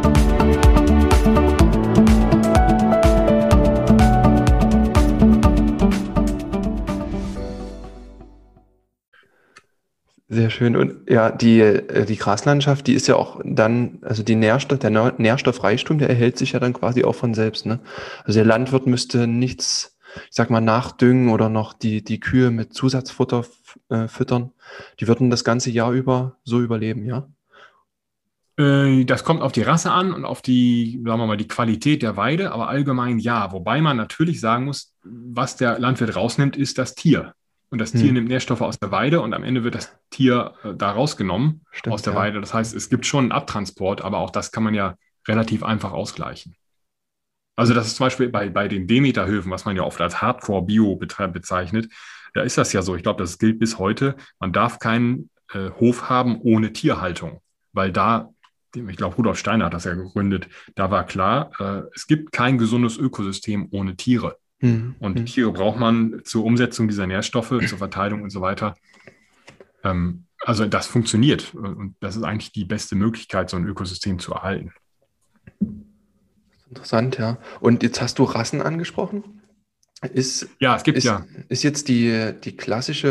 B: Sehr schön. Und ja, die, die Graslandschaft, die ist ja auch dann, also die Nährstoff, der Nährstoffreichtum, der erhält sich ja dann quasi auch von selbst, ne? Also der Landwirt müsste nichts, ich sag mal, nachdüngen oder noch die, die Kühe mit Zusatzfutter äh, füttern. Die würden das ganze Jahr über so überleben, ja?
C: Äh, das kommt auf die Rasse an und auf die, sagen wir mal, die Qualität der Weide, aber allgemein ja. Wobei man natürlich sagen muss, was der Landwirt rausnimmt, ist das Tier. Und das Tier hm. nimmt Nährstoffe aus der Weide und am Ende wird das Tier äh, da rausgenommen Stimmt, aus der ja. Weide. Das heißt, es gibt schon einen Abtransport, aber auch das kann man ja relativ einfach ausgleichen. Also das ist zum Beispiel bei, bei den Demeter-Höfen, was man ja oft als Hardcore-Bio bezeichnet, da ist das ja so. Ich glaube, das gilt bis heute. Man darf keinen äh, Hof haben ohne Tierhaltung, weil da, ich glaube, Rudolf Steiner hat das ja gegründet, da war klar, äh, es gibt kein gesundes Ökosystem ohne Tiere. Mhm. Und die Tiere braucht man zur Umsetzung dieser Nährstoffe, zur Verteilung und so weiter. Ähm, also das funktioniert und das ist eigentlich die beste Möglichkeit, so ein Ökosystem zu erhalten.
B: Interessant, ja. Und jetzt hast du Rassen angesprochen. Ist,
C: ja, es gibt
B: ist,
C: ja.
B: Ist jetzt die, die klassische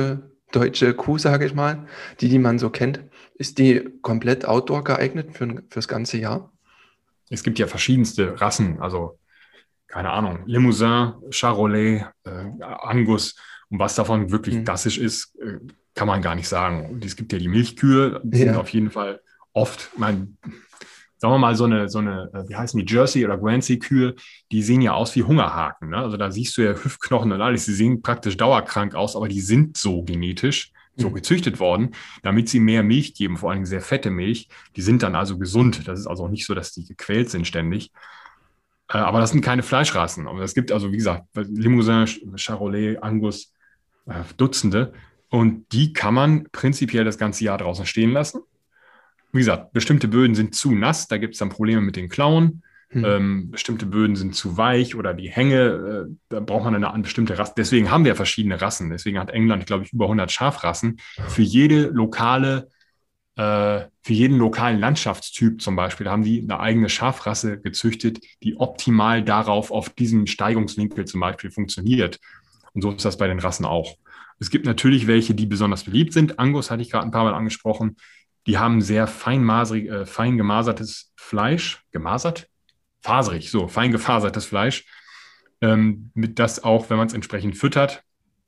B: deutsche Kuh, sage ich mal, die, die man so kennt, ist die komplett outdoor geeignet für, fürs ganze Jahr?
C: Es gibt ja verschiedenste Rassen, also keine Ahnung, Limousin, Charolais, äh, Angus. Und was davon wirklich
B: Hm.
C: klassisch ist, äh, kann man gar nicht sagen. Und es gibt ja die Milchkühe, die sind
B: Ja.
C: auf jeden Fall oft, mein, sagen wir mal, so eine, so eine, äh, wie heißen die, Jersey- oder Guernsey-Kühe, die sehen ja aus wie Hungerhaken. Ne? Also da siehst du ja Hüftknochen und alles, die sehen praktisch dauerkrank aus, aber die sind so genetisch, so
B: Hm.
C: gezüchtet worden, damit sie mehr Milch geben, vor allem sehr fette Milch. Die sind dann also gesund. Das ist also auch nicht so, dass die gequält sind ständig. Äh, Aber das sind keine Fleischrassen. Aber es gibt also, wie gesagt, Limousin, Charolais, Angus, äh, Dutzende. Und die kann man prinzipiell das ganze Jahr draußen stehen lassen. Wie gesagt, bestimmte Böden sind zu nass, da gibt es dann Probleme mit den Klauen.
B: Hm.
C: Ähm, bestimmte Böden sind zu weich oder die Hänge, äh, da braucht man eine, eine bestimmte Rasse. Deswegen haben wir verschiedene Rassen. Deswegen hat England, glaube ich, über hundert Schafrassen. Für jede lokale äh, für jeden lokalen Landschaftstyp zum Beispiel haben die eine eigene Schafrasse gezüchtet, die optimal darauf, auf diesen Steigungswinkel zum Beispiel funktioniert. Und so ist das bei den Rassen auch. Es gibt natürlich welche, die besonders beliebt sind. Angus hatte ich gerade ein paar Mal angesprochen. Die haben sehr feinmaserig, äh, fein gemasertes Fleisch. Gemasert? Faserig, so, fein gefasertes Fleisch. Ähm, mit das auch, wenn man es entsprechend füttert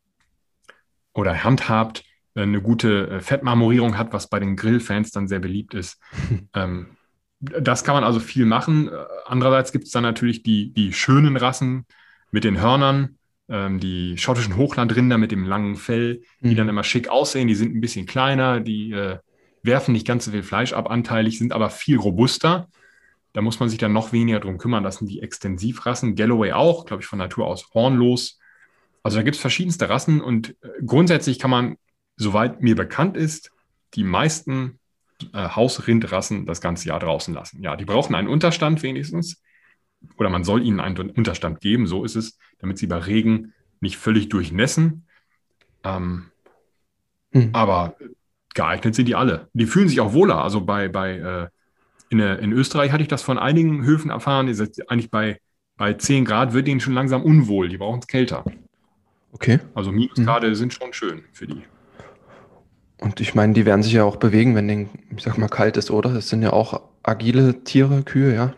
C: oder handhabt, eine gute Fettmarmorierung hat, was bei den Grillfans dann sehr beliebt ist. ähm, das kann man also viel machen. Andererseits gibt es dann natürlich die, die schönen Rassen mit den Hörnern, ähm, die schottischen Hochlandrinder mit dem langen Fell, die
B: Mhm.
C: dann immer schick aussehen. Die sind ein bisschen kleiner, die äh, werfen nicht ganz so viel Fleisch ab anteilig, sind aber viel robuster. Da muss man sich dann noch weniger drum kümmern. Das sind die Extensivrassen. Galloway auch, glaube ich, von Natur aus hornlos. Also da gibt es verschiedenste Rassen und äh, grundsätzlich kann man, soweit mir bekannt ist, die meisten äh, Hausrindrassen das ganze Jahr draußen lassen. Ja, die brauchen einen Unterstand wenigstens oder man soll ihnen einen Unterstand geben, so ist es, damit sie bei Regen nicht völlig durchnässen. Ähm,
B: Hm.
C: aber geeignet sind die alle. Die fühlen sich auch wohler. Also bei, bei äh, in, äh, in Österreich hatte ich das von einigen Höfen erfahren, die sind eigentlich bei, bei zehn Grad wird denen schon langsam unwohl, die brauchen es kälter.
B: Okay.
C: Also Minusgrade sind schon schön für die.
B: Und ich meine, die werden sich ja auch bewegen, wenn den, ich sag mal, kalt ist, oder? Das sind ja auch agile Tiere, Kühe, ja.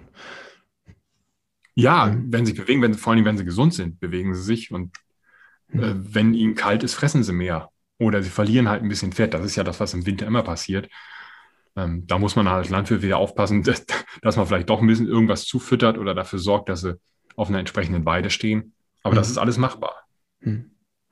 C: Ja,
B: Mhm.
C: wenn sie sich bewegen, wenn, vor allem wenn sie gesund sind, bewegen sie sich und äh, wenn ihnen kalt ist, fressen sie mehr. Oder sie verlieren halt ein bisschen Fett. Das ist ja das, was im Winter immer passiert. Ähm, da muss man halt als Landwirt wieder aufpassen, dass, dass man vielleicht doch ein bisschen irgendwas zufüttert oder dafür sorgt, dass sie auf einer entsprechenden Weide stehen. Aber
B: Mhm.
C: das ist alles machbar.
B: Hm.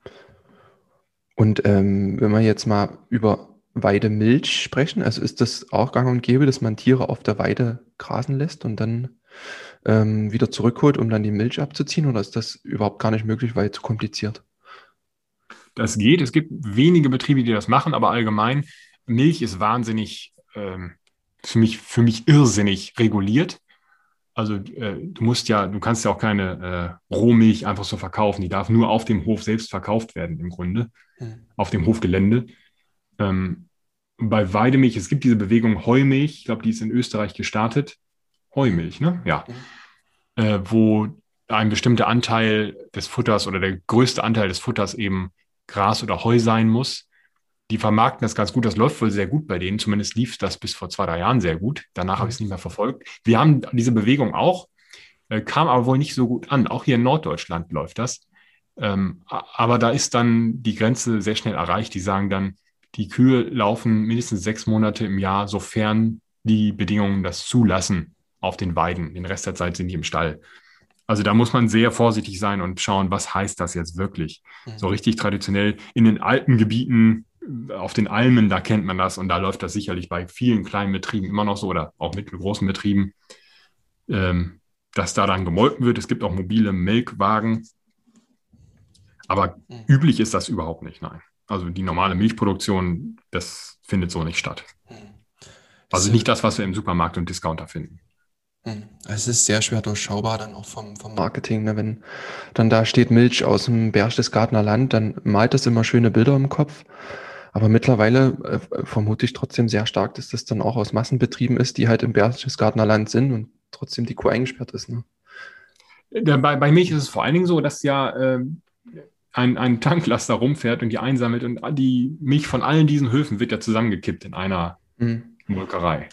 B: Und ähm, wenn wir jetzt mal über Weidemilch sprechen, also ist das auch gang und gäbe, dass man Tiere auf der Weide grasen lässt und dann ähm, wieder zurückholt, um dann die Milch abzuziehen, oder ist das überhaupt gar nicht möglich, weil zu kompliziert?
C: Das geht. Es gibt wenige Betriebe, die das machen, aber allgemein, Milch ist wahnsinnig, ähm, für mich, für mich irrsinnig reguliert. Also äh, du musst ja, du kannst ja auch keine äh, Rohmilch einfach so verkaufen. Die darf nur auf dem Hof selbst verkauft werden im Grunde,
B: Hm.
C: auf dem Hofgelände. Ähm, bei Weidemilch, es gibt diese Bewegung Heumilch, ich glaube, die ist in Österreich gestartet. Heumilch, ne? Ja. Äh, wo ein bestimmter Anteil des Futters oder der größte Anteil des Futters eben Gras oder Heu sein muss. Die vermarkten das ganz gut, das läuft wohl sehr gut bei denen, zumindest lief das bis vor zwei, drei Jahren sehr gut. Danach habe ich es nicht mehr verfolgt. Wir haben diese Bewegung auch, äh, kam aber wohl nicht so gut an. Auch hier in Norddeutschland läuft das. Ähm, aber da ist dann die Grenze sehr schnell erreicht. Die sagen dann, die Kühe laufen mindestens sechs Monate im Jahr, sofern die Bedingungen das zulassen, auf den Weiden. Den Rest der Zeit sind die im Stall. Also da muss man sehr vorsichtig sein und schauen, was heißt das jetzt wirklich.
B: Mhm.
C: So richtig traditionell in den Alpengebieten, auf den Almen, da kennt man das und da läuft das sicherlich bei vielen kleinen Betrieben immer noch so oder auch mittelgroßen Betrieben, ähm, dass da dann gemolken wird. Es gibt auch mobile Melkwagen, aber
B: Mhm.
C: üblich ist das überhaupt nicht, nein. Also die normale Milchproduktion, das findet so nicht statt. Also nicht das, was wir im Supermarkt und Discounter finden.
B: Es ist sehr schwer durchschaubar dann auch vom, vom Marketing. Ne? Wenn dann da steht Milch aus dem Berchtesgadener Land, dann malt das immer schöne Bilder im Kopf. Aber mittlerweile äh, vermute ich trotzdem sehr stark, dass das dann auch aus Massenbetrieben ist, die halt im Berchtesgadener Land sind und trotzdem die Kuh eingesperrt ist. Ne?
C: Bei, bei Milch ist es vor allen Dingen so, dass ja, äh, ein, ein Tanklaster rumfährt und die einsammelt und die Milch von allen diesen Höfen wird ja zusammengekippt in einer mhm. Molkerei.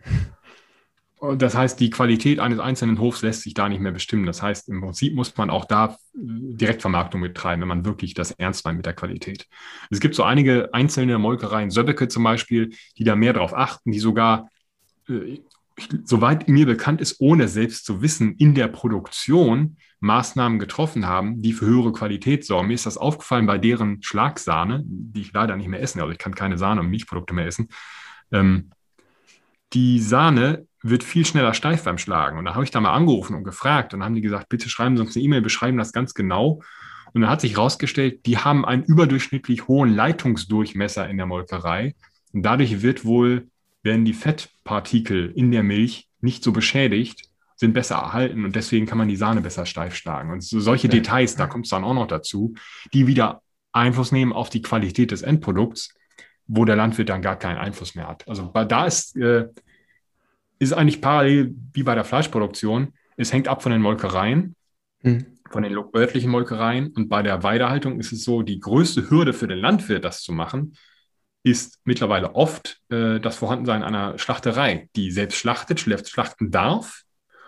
C: Und das heißt, die Qualität eines einzelnen Hofs lässt sich da nicht mehr bestimmen. Das heißt, im Prinzip muss man auch da Direktvermarktung betreiben, wenn man wirklich das ernst meint mit der Qualität. Es gibt so einige einzelne Molkereien, Söbbeke zum Beispiel, die da mehr drauf achten, die sogar, äh, soweit mir bekannt ist, ohne selbst zu wissen, in der Produktion Maßnahmen getroffen haben, die für höhere Qualität sorgen. Mir ist das aufgefallen bei deren Schlagsahne, die ich leider nicht mehr essen, also ich kann keine Sahne und Milchprodukte mehr essen. Ähm, die Sahne wird viel schneller steif beim Schlagen. Und da habe ich da mal angerufen und gefragt und haben die gesagt, bitte schreiben Sie uns eine E-Mail, beschreiben das ganz genau. Und dann hat sich herausgestellt, die haben einen überdurchschnittlich hohen Leitungsdurchmesser in der Molkerei. Und dadurch wird wohl, werden die Fettpartikel in der Milch nicht so beschädigt, sind besser erhalten und deswegen kann man die Sahne besser steif schlagen. Und so solche Details, da kommt es dann auch noch dazu, die wieder Einfluss nehmen auf die Qualität des Endprodukts, wo der Landwirt dann gar keinen Einfluss mehr hat. Also da ist, äh, ist eigentlich parallel wie bei der Fleischproduktion. Es hängt ab von den Molkereien, hm. von den örtlichen Molkereien. Und bei der Weidehaltung ist es so, die größte Hürde für den Landwirt, das zu machen, ist mittlerweile oft äh, das Vorhandensein einer Schlachterei, die selbst schlachtet, schlachten darf,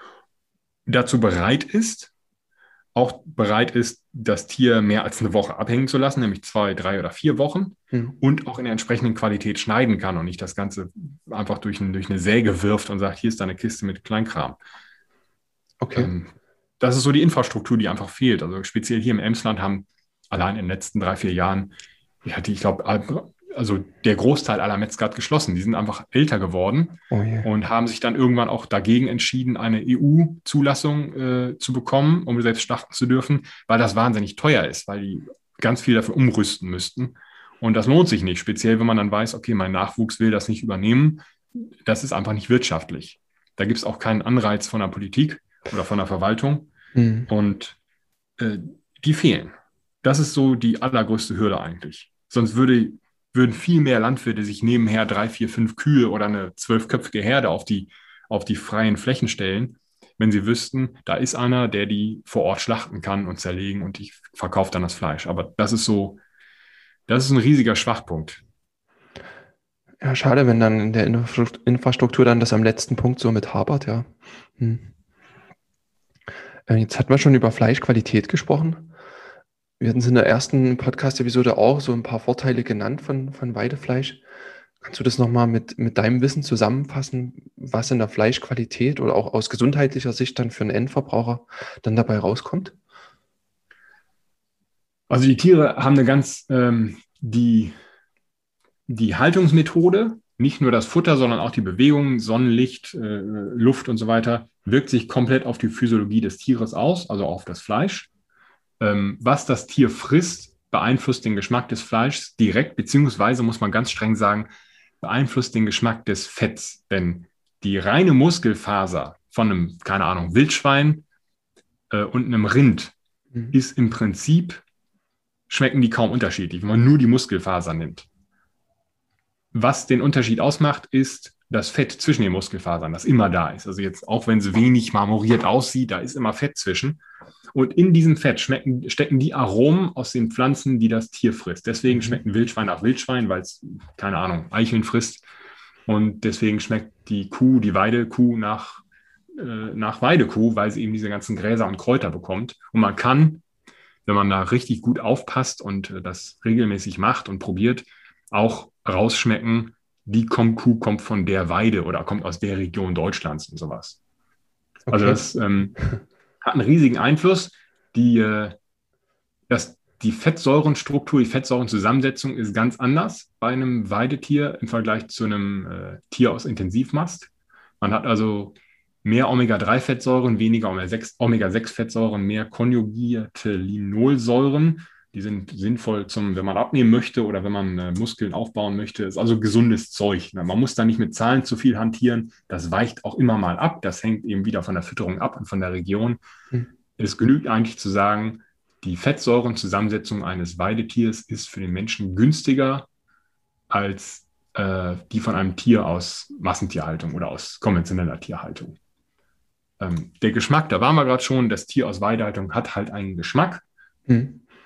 C: dazu bereit ist, auch bereit ist, das Tier mehr als eine Woche abhängen zu lassen, nämlich zwei, drei oder vier Wochen mhm. und auch in der entsprechenden Qualität schneiden kann und nicht das Ganze einfach durch, ein, durch eine Säge wirft und sagt, hier ist deine Kiste mit Kleinkram.
B: Okay.
C: Ähm, das ist so die Infrastruktur, die einfach fehlt. Also speziell hier im Emsland haben allein in den letzten drei, vier Jahren, ja, die, ich glaube, also der Großteil aller Metzger hat geschlossen. Die sind einfach älter geworden oh yeah. und haben sich dann irgendwann auch dagegen entschieden, eine E U-Zulassung äh, zu bekommen, um selbst schlachten zu dürfen, weil das wahnsinnig teuer ist, weil die ganz viel dafür umrüsten müssten. Und das lohnt sich nicht, speziell wenn man dann weiß, okay, mein Nachwuchs will das nicht übernehmen. Das ist einfach nicht wirtschaftlich. Da gibt es auch keinen Anreiz von der Politik oder von der Verwaltung. Mhm. Und äh, die fehlen. Das ist so die allergrößte Hürde eigentlich. Sonst würde würden viel mehr Landwirte sich nebenher drei, vier, fünf Kühe oder eine zwölfköpfige Herde auf die, auf die freien Flächen stellen, wenn sie wüssten, da ist einer, der die vor Ort schlachten kann und zerlegen und die verkauft dann das Fleisch. Aber das ist so, das ist ein riesiger Schwachpunkt.
B: Ja, schade, wenn dann in der Infrastruktur dann das am letzten Punkt so mit hapert, ja. Hm. Jetzt hatten wir schon über Fleischqualität gesprochen. Wir hatten es in der ersten Podcast-Episode auch so ein paar Vorteile genannt von, von Weidefleisch. Kannst du das nochmal mit, mit deinem Wissen zusammenfassen, was in der Fleischqualität oder auch aus gesundheitlicher Sicht dann für einen Endverbraucher dann dabei rauskommt?
C: Also die Tiere haben eine ganz, ähm, die, die Haltungsmethode, nicht nur das Futter, sondern auch die Bewegung, Sonnenlicht, äh, Luft und so weiter, wirkt sich komplett auf die Physiologie des Tieres aus, also auf das Fleisch. Ähm, was das Tier frisst, beeinflusst den Geschmack des Fleischs direkt, beziehungsweise muss man ganz streng sagen, beeinflusst den Geschmack des Fetts. Denn die reine Muskelfaser von einem, keine Ahnung, Wildschwein äh, und einem Rind mhm. ist im Prinzip, schmecken die kaum unterschiedlich, wenn man nur die Muskelfaser nimmt. Was den Unterschied ausmacht, ist das Fett zwischen den Muskelfasern, das immer da ist. Also jetzt, auch wenn es wenig marmoriert aussieht, da ist immer Fett zwischen. Und in diesem Fett schmecken, stecken die Aromen aus den Pflanzen, die das Tier frisst. Deswegen schmeckt ein Wildschwein nach Wildschwein, weil es, keine Ahnung, Eicheln frisst. Und deswegen schmeckt die Kuh, die Weidekuh nach, äh, nach Weidekuh, weil sie eben diese ganzen Gräser und Kräuter bekommt. Und man kann, wenn man da richtig gut aufpasst und äh, das regelmäßig macht und probiert, auch rausschmecken, die Kuh kommt von der Weide oder kommt aus der Region Deutschlands und sowas. Okay. Also das ähm, hat einen riesigen Einfluss. Die, äh, das, die Fettsäurenstruktur, die Fettsäurenzusammensetzung ist ganz anders bei einem Weidetier im Vergleich zu einem äh, Tier aus Intensivmast. Man hat also mehr Omega drei Fettsäuren, weniger Omega sechs Fettsäuren, mehr konjugierte Linolsäuren. Die sind sinnvoll, zum, wenn man abnehmen möchte oder wenn man äh, Muskeln aufbauen möchte. Ist also gesundes Zeug. Ne? Man muss da nicht mit Zahlen zu viel hantieren. Das weicht auch immer mal ab. Das hängt eben wieder von der Fütterung ab und von der Region. Mhm. Es genügt eigentlich zu sagen, die Fettsäurenzusammensetzung eines Weidetiers ist für den Menschen günstiger als äh, die von einem Tier aus Massentierhaltung oder aus konventioneller Tierhaltung. Ähm, der Geschmack, da waren wir gerade schon, das Tier aus Weidehaltung hat halt einen Geschmack. Mhm.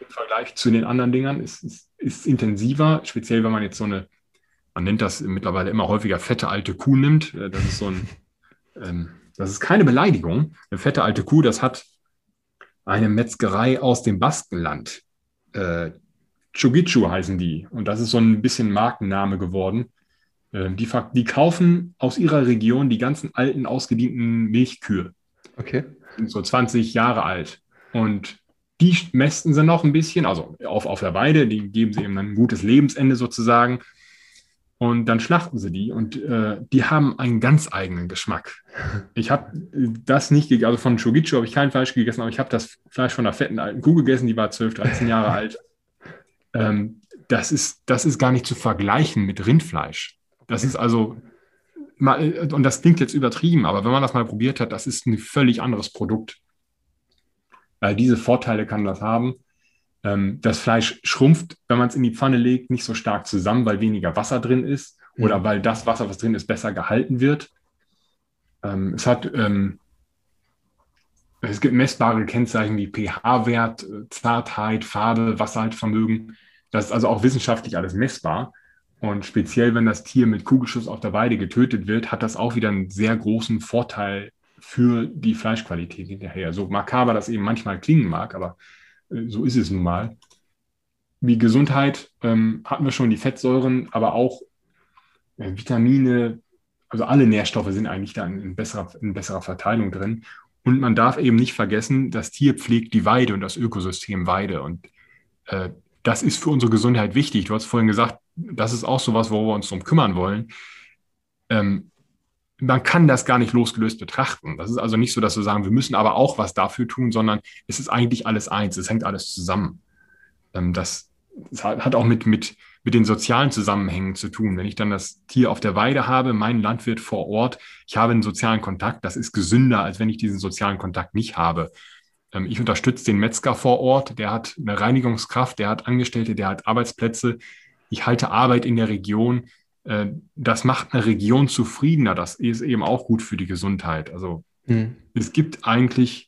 C: im Vergleich zu den anderen Dingern. Es ist, ist intensiver, speziell wenn man jetzt so eine, man nennt das mittlerweile immer häufiger fette alte Kuh nimmt. Das ist so ein, ähm, das ist keine Beleidigung. Eine fette alte Kuh, das hat eine Metzgerei aus dem Baskenland. Äh, Chugitchu heißen die. Und das ist so ein bisschen Markenname geworden. Äh, die, die kaufen aus ihrer Region die ganzen alten, ausgedienten Milchkühe.
B: Okay.
C: Sind so zwanzig Jahre alt. Und die mästen sie noch ein bisschen, also auf, auf der Weide, die geben sie eben ein gutes Lebensende sozusagen. Und dann schlachten sie die und äh, die haben einen ganz eigenen Geschmack. Ich habe das nicht gegessen, also von Chugitchu habe ich kein Fleisch gegessen, aber ich habe das Fleisch von einer fetten alten Kuh gegessen, die war zwölf, dreizehn Jahre alt. Ähm, das ist, das ist gar nicht zu vergleichen mit Rindfleisch. Das ist also, und das klingt jetzt übertrieben, aber wenn man das mal probiert hat, das ist ein völlig anderes Produkt. Weil diese Vorteile kann das haben. Das Fleisch schrumpft, wenn man es in die Pfanne legt, nicht so stark zusammen, weil weniger Wasser drin ist oder mhm. weil das Wasser, was drin ist, besser gehalten wird. Ähm, es hat, ähm, es gibt messbare Kennzeichen wie pH-Wert, Zartheit, Farbe, Wasserhaltvermögen. Das ist also auch wissenschaftlich alles messbar. Und speziell, wenn das Tier mit Kugelschluss auf der Weide getötet wird, hat das auch wieder einen sehr großen Vorteil für die Fleischqualität hinterher. So makaber das eben manchmal klingen mag, aber so ist es nun mal. Wie Gesundheit ähm, hatten wir schon die Fettsäuren, aber auch äh, Vitamine, also alle Nährstoffe sind eigentlich da in, in, besserer, in besserer Verteilung drin. Und man darf eben nicht vergessen, das Tier pflegt die Weide und das Ökosystem Weide. Und äh, das ist für unsere Gesundheit wichtig. Du hast vorhin gesagt, das ist auch sowas, wo wir uns drum kümmern wollen. Ähm, Man kann das gar nicht losgelöst betrachten. Das ist also nicht so, dass wir sagen, wir müssen aber auch was dafür tun, sondern es ist eigentlich alles eins. Es hängt alles zusammen. Das, das hat auch mit, mit, mit den sozialen Zusammenhängen zu tun. Wenn ich dann das Tier auf der Weide habe, mein Landwirt vor Ort, ich habe einen sozialen Kontakt, das ist gesünder, als wenn ich diesen sozialen Kontakt nicht habe. Ich unterstütze den Metzger vor Ort, der hat eine Reinigungskraft, der hat Angestellte, der hat Arbeitsplätze. Ich halte Arbeit in der Region. Das macht eine Region zufriedener. Das ist eben auch gut für die Gesundheit. Also hm. es gibt eigentlich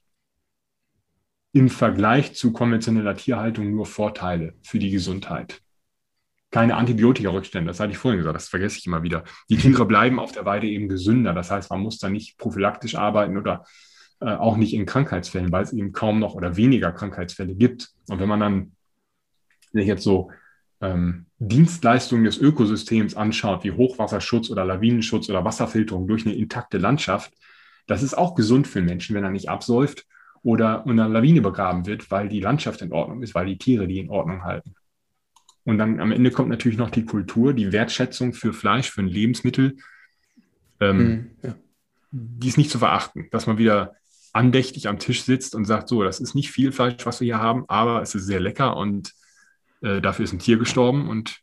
C: im Vergleich zu konventioneller Tierhaltung nur Vorteile für die Gesundheit. Keine Antibiotika-Rückstände, das hatte ich vorhin gesagt, das vergesse ich immer wieder. Die Tiere bleiben auf der Weide eben gesünder. Das heißt, man muss da nicht prophylaktisch arbeiten oder äh, auch nicht in Krankheitsfällen, weil es eben kaum noch oder weniger Krankheitsfälle gibt. Und wenn man dann sich jetzt so ähm, Dienstleistungen des Ökosystems anschaut, wie Hochwasserschutz oder Lawinenschutz oder Wasserfilterung durch eine intakte Landschaft, das ist auch gesund für den Menschen, wenn er nicht absäuft oder in einer Lawine begraben wird, weil die Landschaft in Ordnung ist, weil die Tiere die in Ordnung halten. Und dann am Ende kommt natürlich noch die Kultur, die Wertschätzung für Fleisch, für ein Lebensmittel. Ähm, mhm, ja. Die ist nicht zu verachten, dass man wieder andächtig am Tisch sitzt und sagt, so, das ist nicht viel Fleisch, was wir hier haben, aber es ist sehr lecker und äh, dafür ist ein Tier gestorben. Und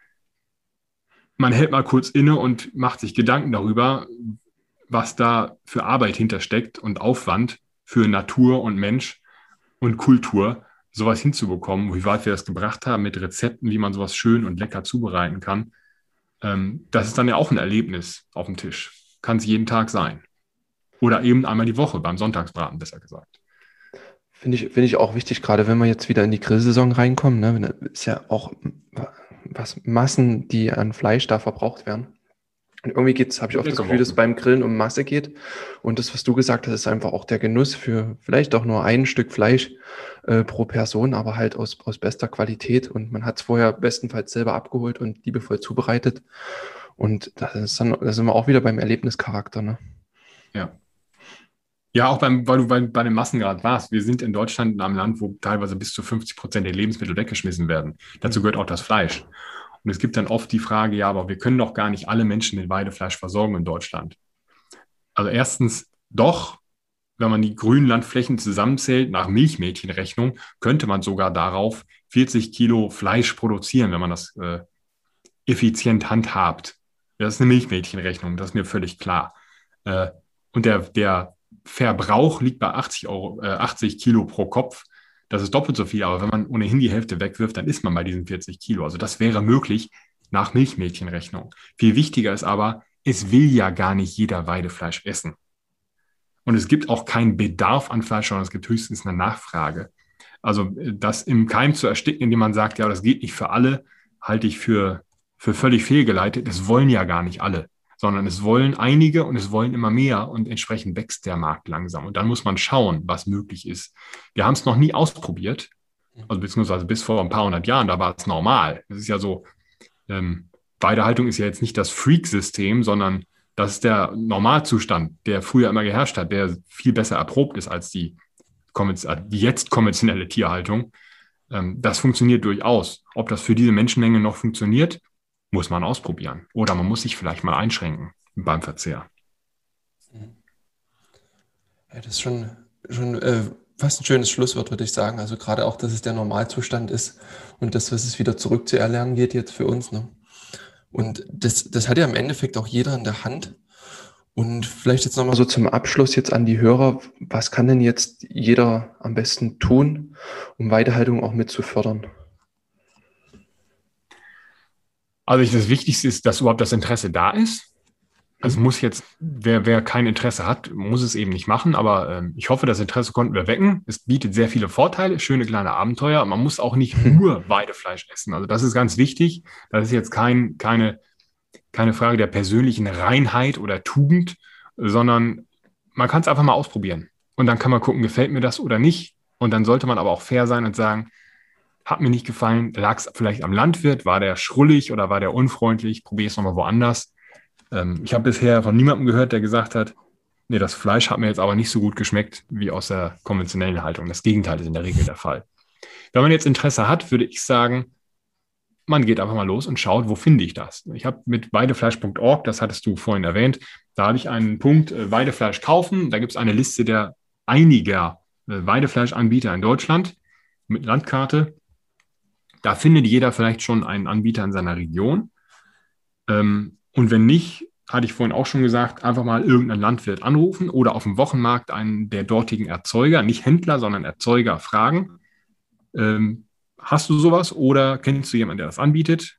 C: man hält mal kurz inne und macht sich Gedanken darüber, was da für Arbeit hintersteckt und Aufwand für Natur und Mensch und Kultur, sowas hinzubekommen, wie weit wir das gebracht haben mit Rezepten, wie man sowas schön und lecker zubereiten kann. Ähm, das ist dann ja auch ein Erlebnis auf dem Tisch. Kann es jeden Tag sein. Oder eben einmal die Woche, beim Sonntagsbraten, besser gesagt.
B: Finde ich, finde ich auch wichtig, gerade wenn wir jetzt wieder in die Grillsaison reinkommen. Ne, ist ja auch was Massen, die an Fleisch da verbraucht werden. Und irgendwie geht's, habe ich auch das Gefühl, dass es beim Grillen um Masse geht. Und das, was du gesagt hast, ist einfach auch der Genuss für vielleicht auch nur ein Stück Fleisch äh, pro Person, aber halt aus, aus bester Qualität. Und man hat es vorher bestenfalls selber abgeholt und liebevoll zubereitet. Und das ist dann, da sind wir auch wieder beim Erlebnischarakter, ne?
C: Ja. Ja, auch beim, weil du bei, bei dem Massengrad warst. Wir sind in Deutschland in einem Land, wo teilweise bis zu fünfzig Prozent der Lebensmittel weggeschmissen werden. Dazu gehört auch das Fleisch. Und es gibt dann oft die Frage, ja, aber wir können doch gar nicht alle Menschen mit Weidefleisch versorgen in Deutschland. Also erstens doch, wenn man die grünen Landflächen zusammenzählt, nach Milchmädchenrechnung, könnte man sogar darauf vierzig Kilo Fleisch produzieren, wenn man das äh, effizient handhabt. Das ist eine Milchmädchenrechnung, das ist mir völlig klar. Äh, und der, der Verbrauch liegt bei achtzig Euro, äh, achtzig Kilo pro Kopf. Das ist doppelt so viel, aber wenn man ohnehin die Hälfte wegwirft, dann ist man bei diesen vierzig Kilo. Also das wäre möglich nach Milchmädchenrechnung. Viel wichtiger ist aber, es will ja gar nicht jeder Weidefleisch essen. Und es gibt auch keinen Bedarf an Fleisch, sondern es gibt höchstens eine Nachfrage. Also das im Keim zu ersticken, indem man sagt, ja, das geht nicht für alle, halte ich für, für völlig fehlgeleitet. Das wollen ja gar nicht alle, sondern es wollen einige und es wollen immer mehr und entsprechend wächst der Markt langsam. Und dann muss man schauen, was möglich ist. Wir haben es noch nie ausprobiert, also beziehungsweise bis vor ein paar hundert Jahren, da war es normal. Es ist ja so, ähm, Weidehaltung ist ja jetzt nicht das Freak-System, sondern das ist der Normalzustand, der früher immer geherrscht hat, der viel besser erprobt ist als die, die jetzt konventionelle Tierhaltung. Ähm, das funktioniert durchaus. Ob das für diese Menschenmenge noch funktioniert, muss man ausprobieren. Oder man muss sich vielleicht mal einschränken beim Verzehr.
B: Ja, das ist schon, schon äh, fast ein schönes Schlusswort, würde ich sagen. Also gerade auch, dass es der Normalzustand ist und das, was es wieder zurück zu erlernen geht jetzt für uns. Ne? Und das, das hat ja im Endeffekt auch jeder in der Hand. Und vielleicht jetzt nochmal so zum Abschluss jetzt an die Hörer. Was kann denn jetzt jeder am besten tun, um Weidehaltung auch mit zu fördern?
C: Also das Wichtigste ist, dass überhaupt das Interesse da ist. Also muss jetzt, wer, wer kein Interesse hat, muss es eben nicht machen. Aber ähm, ich hoffe, das Interesse konnten wir wecken. Es bietet sehr viele Vorteile, schöne kleine Abenteuer. Man muss auch nicht nur Weidefleisch essen. Also das ist ganz wichtig. Das ist jetzt kein, keine, keine Frage der persönlichen Reinheit oder Tugend, sondern man kann es einfach mal ausprobieren. Und dann kann man gucken, gefällt mir das oder nicht. Und dann sollte man aber auch fair sein und sagen, hat mir nicht gefallen, lag es vielleicht am Landwirt, war der schrullig oder war der unfreundlich, probiere es nochmal woanders. Ähm, ich habe bisher von niemandem gehört, der gesagt hat, nee, das Fleisch hat mir jetzt aber nicht so gut geschmeckt wie aus der konventionellen Haltung. Das Gegenteil ist in der Regel der Fall. Wenn man jetzt Interesse hat, würde ich sagen, man geht einfach mal los und schaut, wo finde ich das. Ich habe mit weidefleisch punkt org, das hattest du vorhin erwähnt, da habe ich einen Punkt, äh, Weidefleisch kaufen. Da gibt es eine Liste der einiger äh, Weidefleischanbieter in Deutschland mit Landkarte. Da findet jeder vielleicht schon einen Anbieter in seiner Region. Ähm, und wenn nicht, hatte ich vorhin auch schon gesagt, einfach mal irgendeinen Landwirt anrufen oder auf dem Wochenmarkt einen der dortigen Erzeuger, nicht Händler, sondern Erzeuger fragen. Ähm, hast du sowas oder kennst du jemanden, der das anbietet?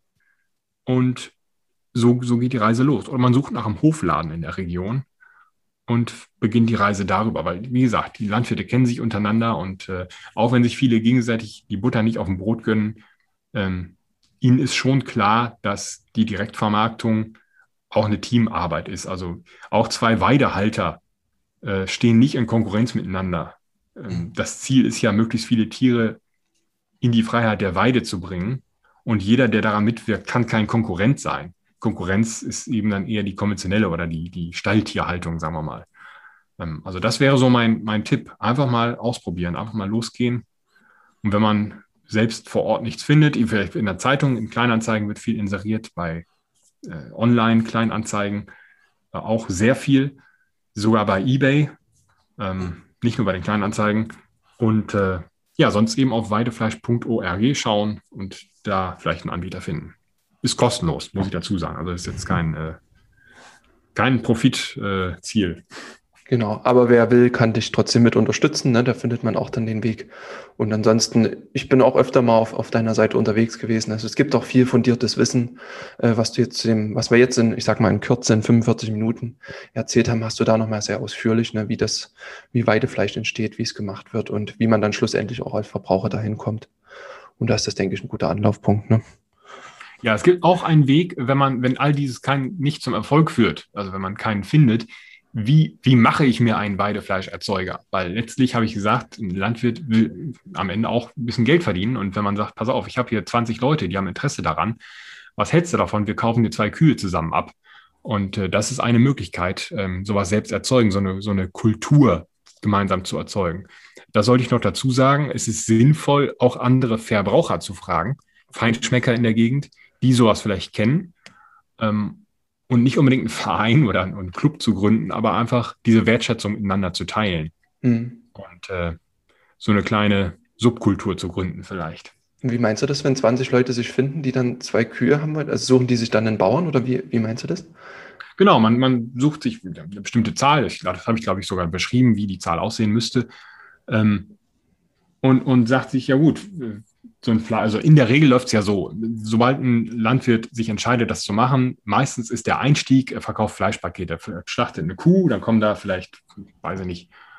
C: Und so, so geht die Reise los. Oder man sucht nach einem Hofladen in der Region und beginnt die Reise darüber. Weil, wie gesagt, die Landwirte kennen sich untereinander und äh, auch wenn sich viele gegenseitig die Butter nicht auf dem Brot gönnen, ähm, ihnen ist schon klar, dass die Direktvermarktung auch eine Teamarbeit ist. Also auch zwei Weidehalter äh, stehen nicht in Konkurrenz miteinander. Ähm, das Ziel ist ja, möglichst viele Tiere in die Freiheit der Weide zu bringen. Und jeder, der daran mitwirkt, kann kein Konkurrent sein. Konkurrenz ist eben dann eher die konventionelle oder die, die Stalltierhaltung, sagen wir mal. Ähm, also das wäre so mein, mein Tipp. Einfach mal ausprobieren, einfach mal losgehen. Und wenn man selbst vor Ort nichts findet, vielleicht in der Zeitung, in Kleinanzeigen wird viel inseriert, bei äh, Online-Kleinanzeigen äh, auch sehr viel, sogar bei eBay, ähm, nicht nur bei den Kleinanzeigen. Und äh, ja, sonst eben auf weidefleisch punkt org schauen und da vielleicht einen Anbieter finden. Ist kostenlos, muss ich dazu sagen. Also ist jetzt kein, äh, kein Profitziel. Äh,
B: Genau, aber wer will, kann dich trotzdem mit unterstützen, ne? Da findet man auch dann den Weg. Und ansonsten, ich bin auch öfter mal auf, auf deiner Seite unterwegs gewesen. Also es gibt auch viel fundiertes Wissen, äh, was du jetzt zu dem, was wir jetzt in, ich sag mal in Kürze, in fünfundvierzig Minuten erzählt haben, hast du da nochmal sehr ausführlich, ne? Wie das, wie Weidefleisch entsteht, wie es gemacht wird und wie man dann schlussendlich auch als Verbraucher dahin kommt. Und da ist das, denke ich, ein guter Anlaufpunkt, ne?
C: Ja, es gibt auch einen Weg, wenn man, wenn all dieses kein, nicht zum Erfolg führt, also wenn man keinen findet, Wie, wie mache ich mir einen Weidefleischerzeuger? Weil letztlich habe ich gesagt, ein Landwirt will am Ende auch ein bisschen Geld verdienen. Und wenn man sagt, pass auf, ich habe hier zwanzig Leute, die haben Interesse daran, was hältst du davon? Wir kaufen dir zwei Kühe zusammen ab. Und äh, das ist eine Möglichkeit, ähm, sowas selbst erzeugen, so eine, so eine Kultur gemeinsam zu erzeugen. Da sollte ich noch dazu sagen, es ist sinnvoll, auch andere Verbraucher zu fragen, Feinschmecker in der Gegend, die sowas vielleicht kennen. Ähm, Und nicht unbedingt einen Verein oder einen Club zu gründen, aber einfach diese Wertschätzung miteinander zu teilen. Mhm. Und äh, so eine kleine Subkultur zu gründen vielleicht.
B: Wie meinst du das, wenn zwanzig Leute sich finden, die dann zwei Kühe haben wollen? Also suchen die sich dann einen Bauern oder wie, wie meinst du das?
C: Genau, man, man sucht sich eine bestimmte Zahl. Ich, das habe ich, glaube ich, sogar beschrieben, wie die Zahl aussehen müsste. Ähm, und, und sagt sich, ja gut, so ein Fle- also in der Regel läuft es ja so, sobald ein Landwirt sich entscheidet, das zu machen, meistens ist der Einstieg, er verkauft Fleischpakete, er schlachtet eine Kuh, dann kommen da vielleicht, weiß ich nicht,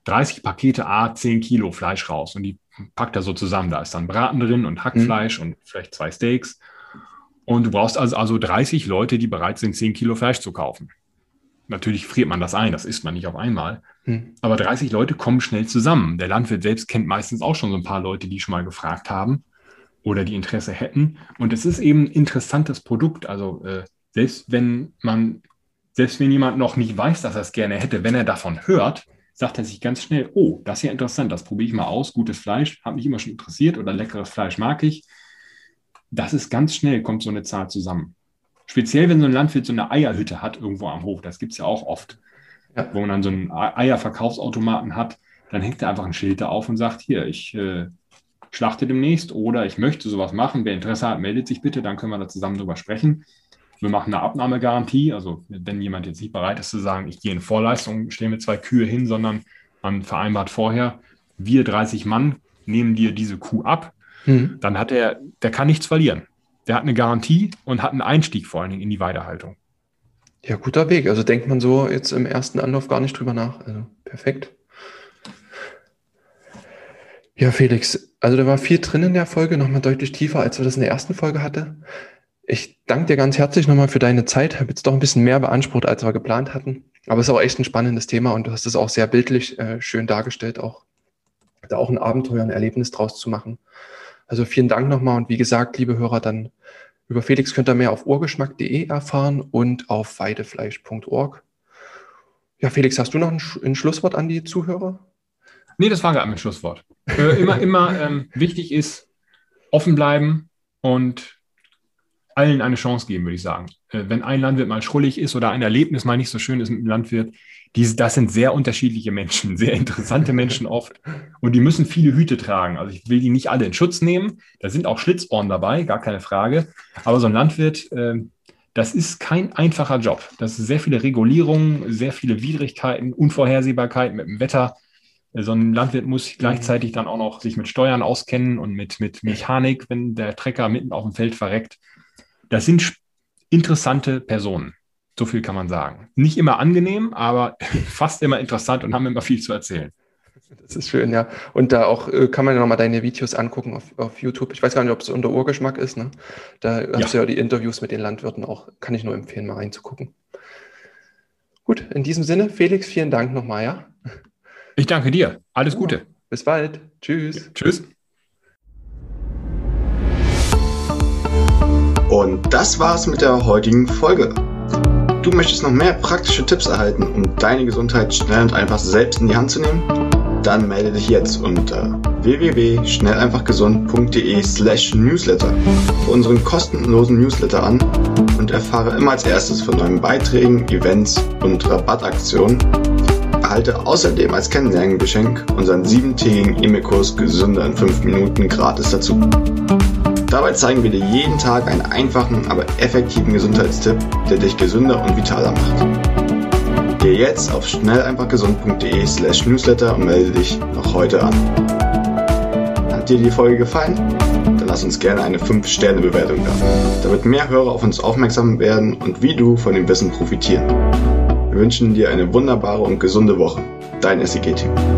C: dreißig Pakete A zehn Kilo Fleisch raus und die packt er so zusammen. Da ist dann Braten drin und Hackfleisch mhm. und vielleicht zwei Steaks. Und du brauchst also, also dreißig Leute, die bereit sind, zehn Kilo Fleisch zu kaufen. Natürlich friert man das ein, das isst man nicht auf einmal. Mhm. Aber dreißig Leute kommen schnell zusammen. Der Landwirt selbst kennt meistens auch schon so ein paar Leute, die schon mal gefragt haben oder die Interesse hätten. Und es ist eben ein interessantes Produkt. Also äh, selbst wenn man, selbst wenn jemand noch nicht weiß, dass er es gerne hätte, wenn er davon hört, sagt er sich ganz schnell, oh, das ist ja interessant, das probiere ich mal aus, gutes Fleisch, hat mich immer schon interessiert oder leckeres Fleisch mag ich. Das ist ganz schnell, kommt so eine Zahl zusammen. Speziell, wenn so ein Landwirt so eine Eierhütte hat irgendwo am Hof, das gibt es ja auch oft, ja. Wo man dann so einen Eierverkaufsautomaten hat, dann hängt er einfach ein Schild da auf und sagt, hier, ich äh, schlachte demnächst oder ich möchte sowas machen, wer Interesse hat, meldet sich bitte, dann können wir da zusammen drüber sprechen. Wir machen eine Abnahmegarantie, also wenn jemand jetzt nicht bereit ist zu sagen, ich gehe in Vorleistung, stelle mir zwei Kühe hin, sondern man vereinbart vorher, wir dreißig Mann nehmen dir diese Kuh ab, mhm. dann hat er, der kann nichts verlieren. Der hat eine Garantie und hat einen Einstieg vor allen Dingen in die Weidehaltung.
B: Ja, guter Weg. Also denkt man so jetzt im ersten Anlauf gar nicht drüber nach. Also perfekt. Ja, Felix, also da war viel drin in der Folge, nochmal deutlich tiefer, als wir das in der ersten Folge hatten. Ich danke dir ganz herzlich nochmal für deine Zeit. Ich habe jetzt doch ein bisschen mehr beansprucht, als wir geplant hatten. Aber es ist auch echt ein spannendes Thema und du hast es auch sehr bildlich äh, schön dargestellt, auch da auch ein Abenteuer, ein Erlebnis draus zu machen. Also vielen Dank nochmal und wie gesagt, liebe Hörer, dann über Felix könnt ihr mehr auf urgeschmack punkt de erfahren und auf weidefleisch punkt org. Ja, Felix, hast du noch ein, Sch- ein Schlusswort an die Zuhörer?
C: Nee, das war gerade mein Schlusswort. Äh, immer, immer ähm, wichtig ist, offen bleiben und allen eine Chance geben, würde ich sagen. Äh, wenn ein Landwirt mal schrullig ist oder ein Erlebnis mal nicht so schön ist mit einem Landwirt, diese, das sind sehr unterschiedliche Menschen, sehr interessante Menschen oft und die müssen viele Hüte tragen. Also ich will die nicht alle in Schutz nehmen, da sind auch Schlitzohren dabei, gar keine Frage, aber so ein Landwirt, äh, das ist kein einfacher Job. Das sind sehr viele Regulierungen, sehr viele Widrigkeiten, Unvorhersehbarkeiten mit dem Wetter. So ein Landwirt muss gleichzeitig dann auch noch sich mit Steuern auskennen und mit, mit Mechanik, wenn der Trecker mitten auf dem Feld verreckt. Das sind interessante Personen. So viel kann man sagen. Nicht immer angenehm, aber fast immer interessant und haben immer viel zu erzählen.
B: Das ist schön, ja. Und da auch äh, kann man ja nochmal deine Videos angucken auf, auf YouTube. Ich weiß gar nicht, ob es unter Urgeschmack ist. Ne? Da ja. hast du ja die Interviews mit den Landwirten auch. Kann ich nur empfehlen, mal reinzugucken. Gut, in diesem Sinne, Felix, vielen Dank nochmal, ja?
C: Ich danke dir. Alles Gute. Ja,
B: bis bald. Tschüss. Ja,
C: tschüss.
D: Und das war's mit der heutigen Folge. Du möchtest noch mehr praktische Tipps erhalten, um deine Gesundheit schnell und einfach selbst in die Hand zu nehmen? Dann melde dich jetzt unter w w w punkt schnell einfach gesund punkt de slash newsletter für unseren kostenlosen Newsletter an und erfahre immer als erstes von neuen Beiträgen, Events und Rabattaktionen. Erhalte außerdem als Kennenlerngeschenk unseren siebentägigen E-Mail-Kurs Gesünder in fünf Minuten gratis dazu. Dabei zeigen wir dir jeden Tag einen einfachen, aber effektiven Gesundheitstipp, der dich gesünder und vitaler macht. Gehe jetzt auf schnell einfach gesund punkt de slash newsletter und melde dich noch heute an. Hat dir die Folge gefallen? Dann lass uns gerne eine fünf Sterne Bewertung da, damit mehr Hörer auf uns aufmerksam werden und wie du von dem Wissen profitieren. Wir wünschen dir eine wunderbare und gesunde Woche. Dein S I G-Team.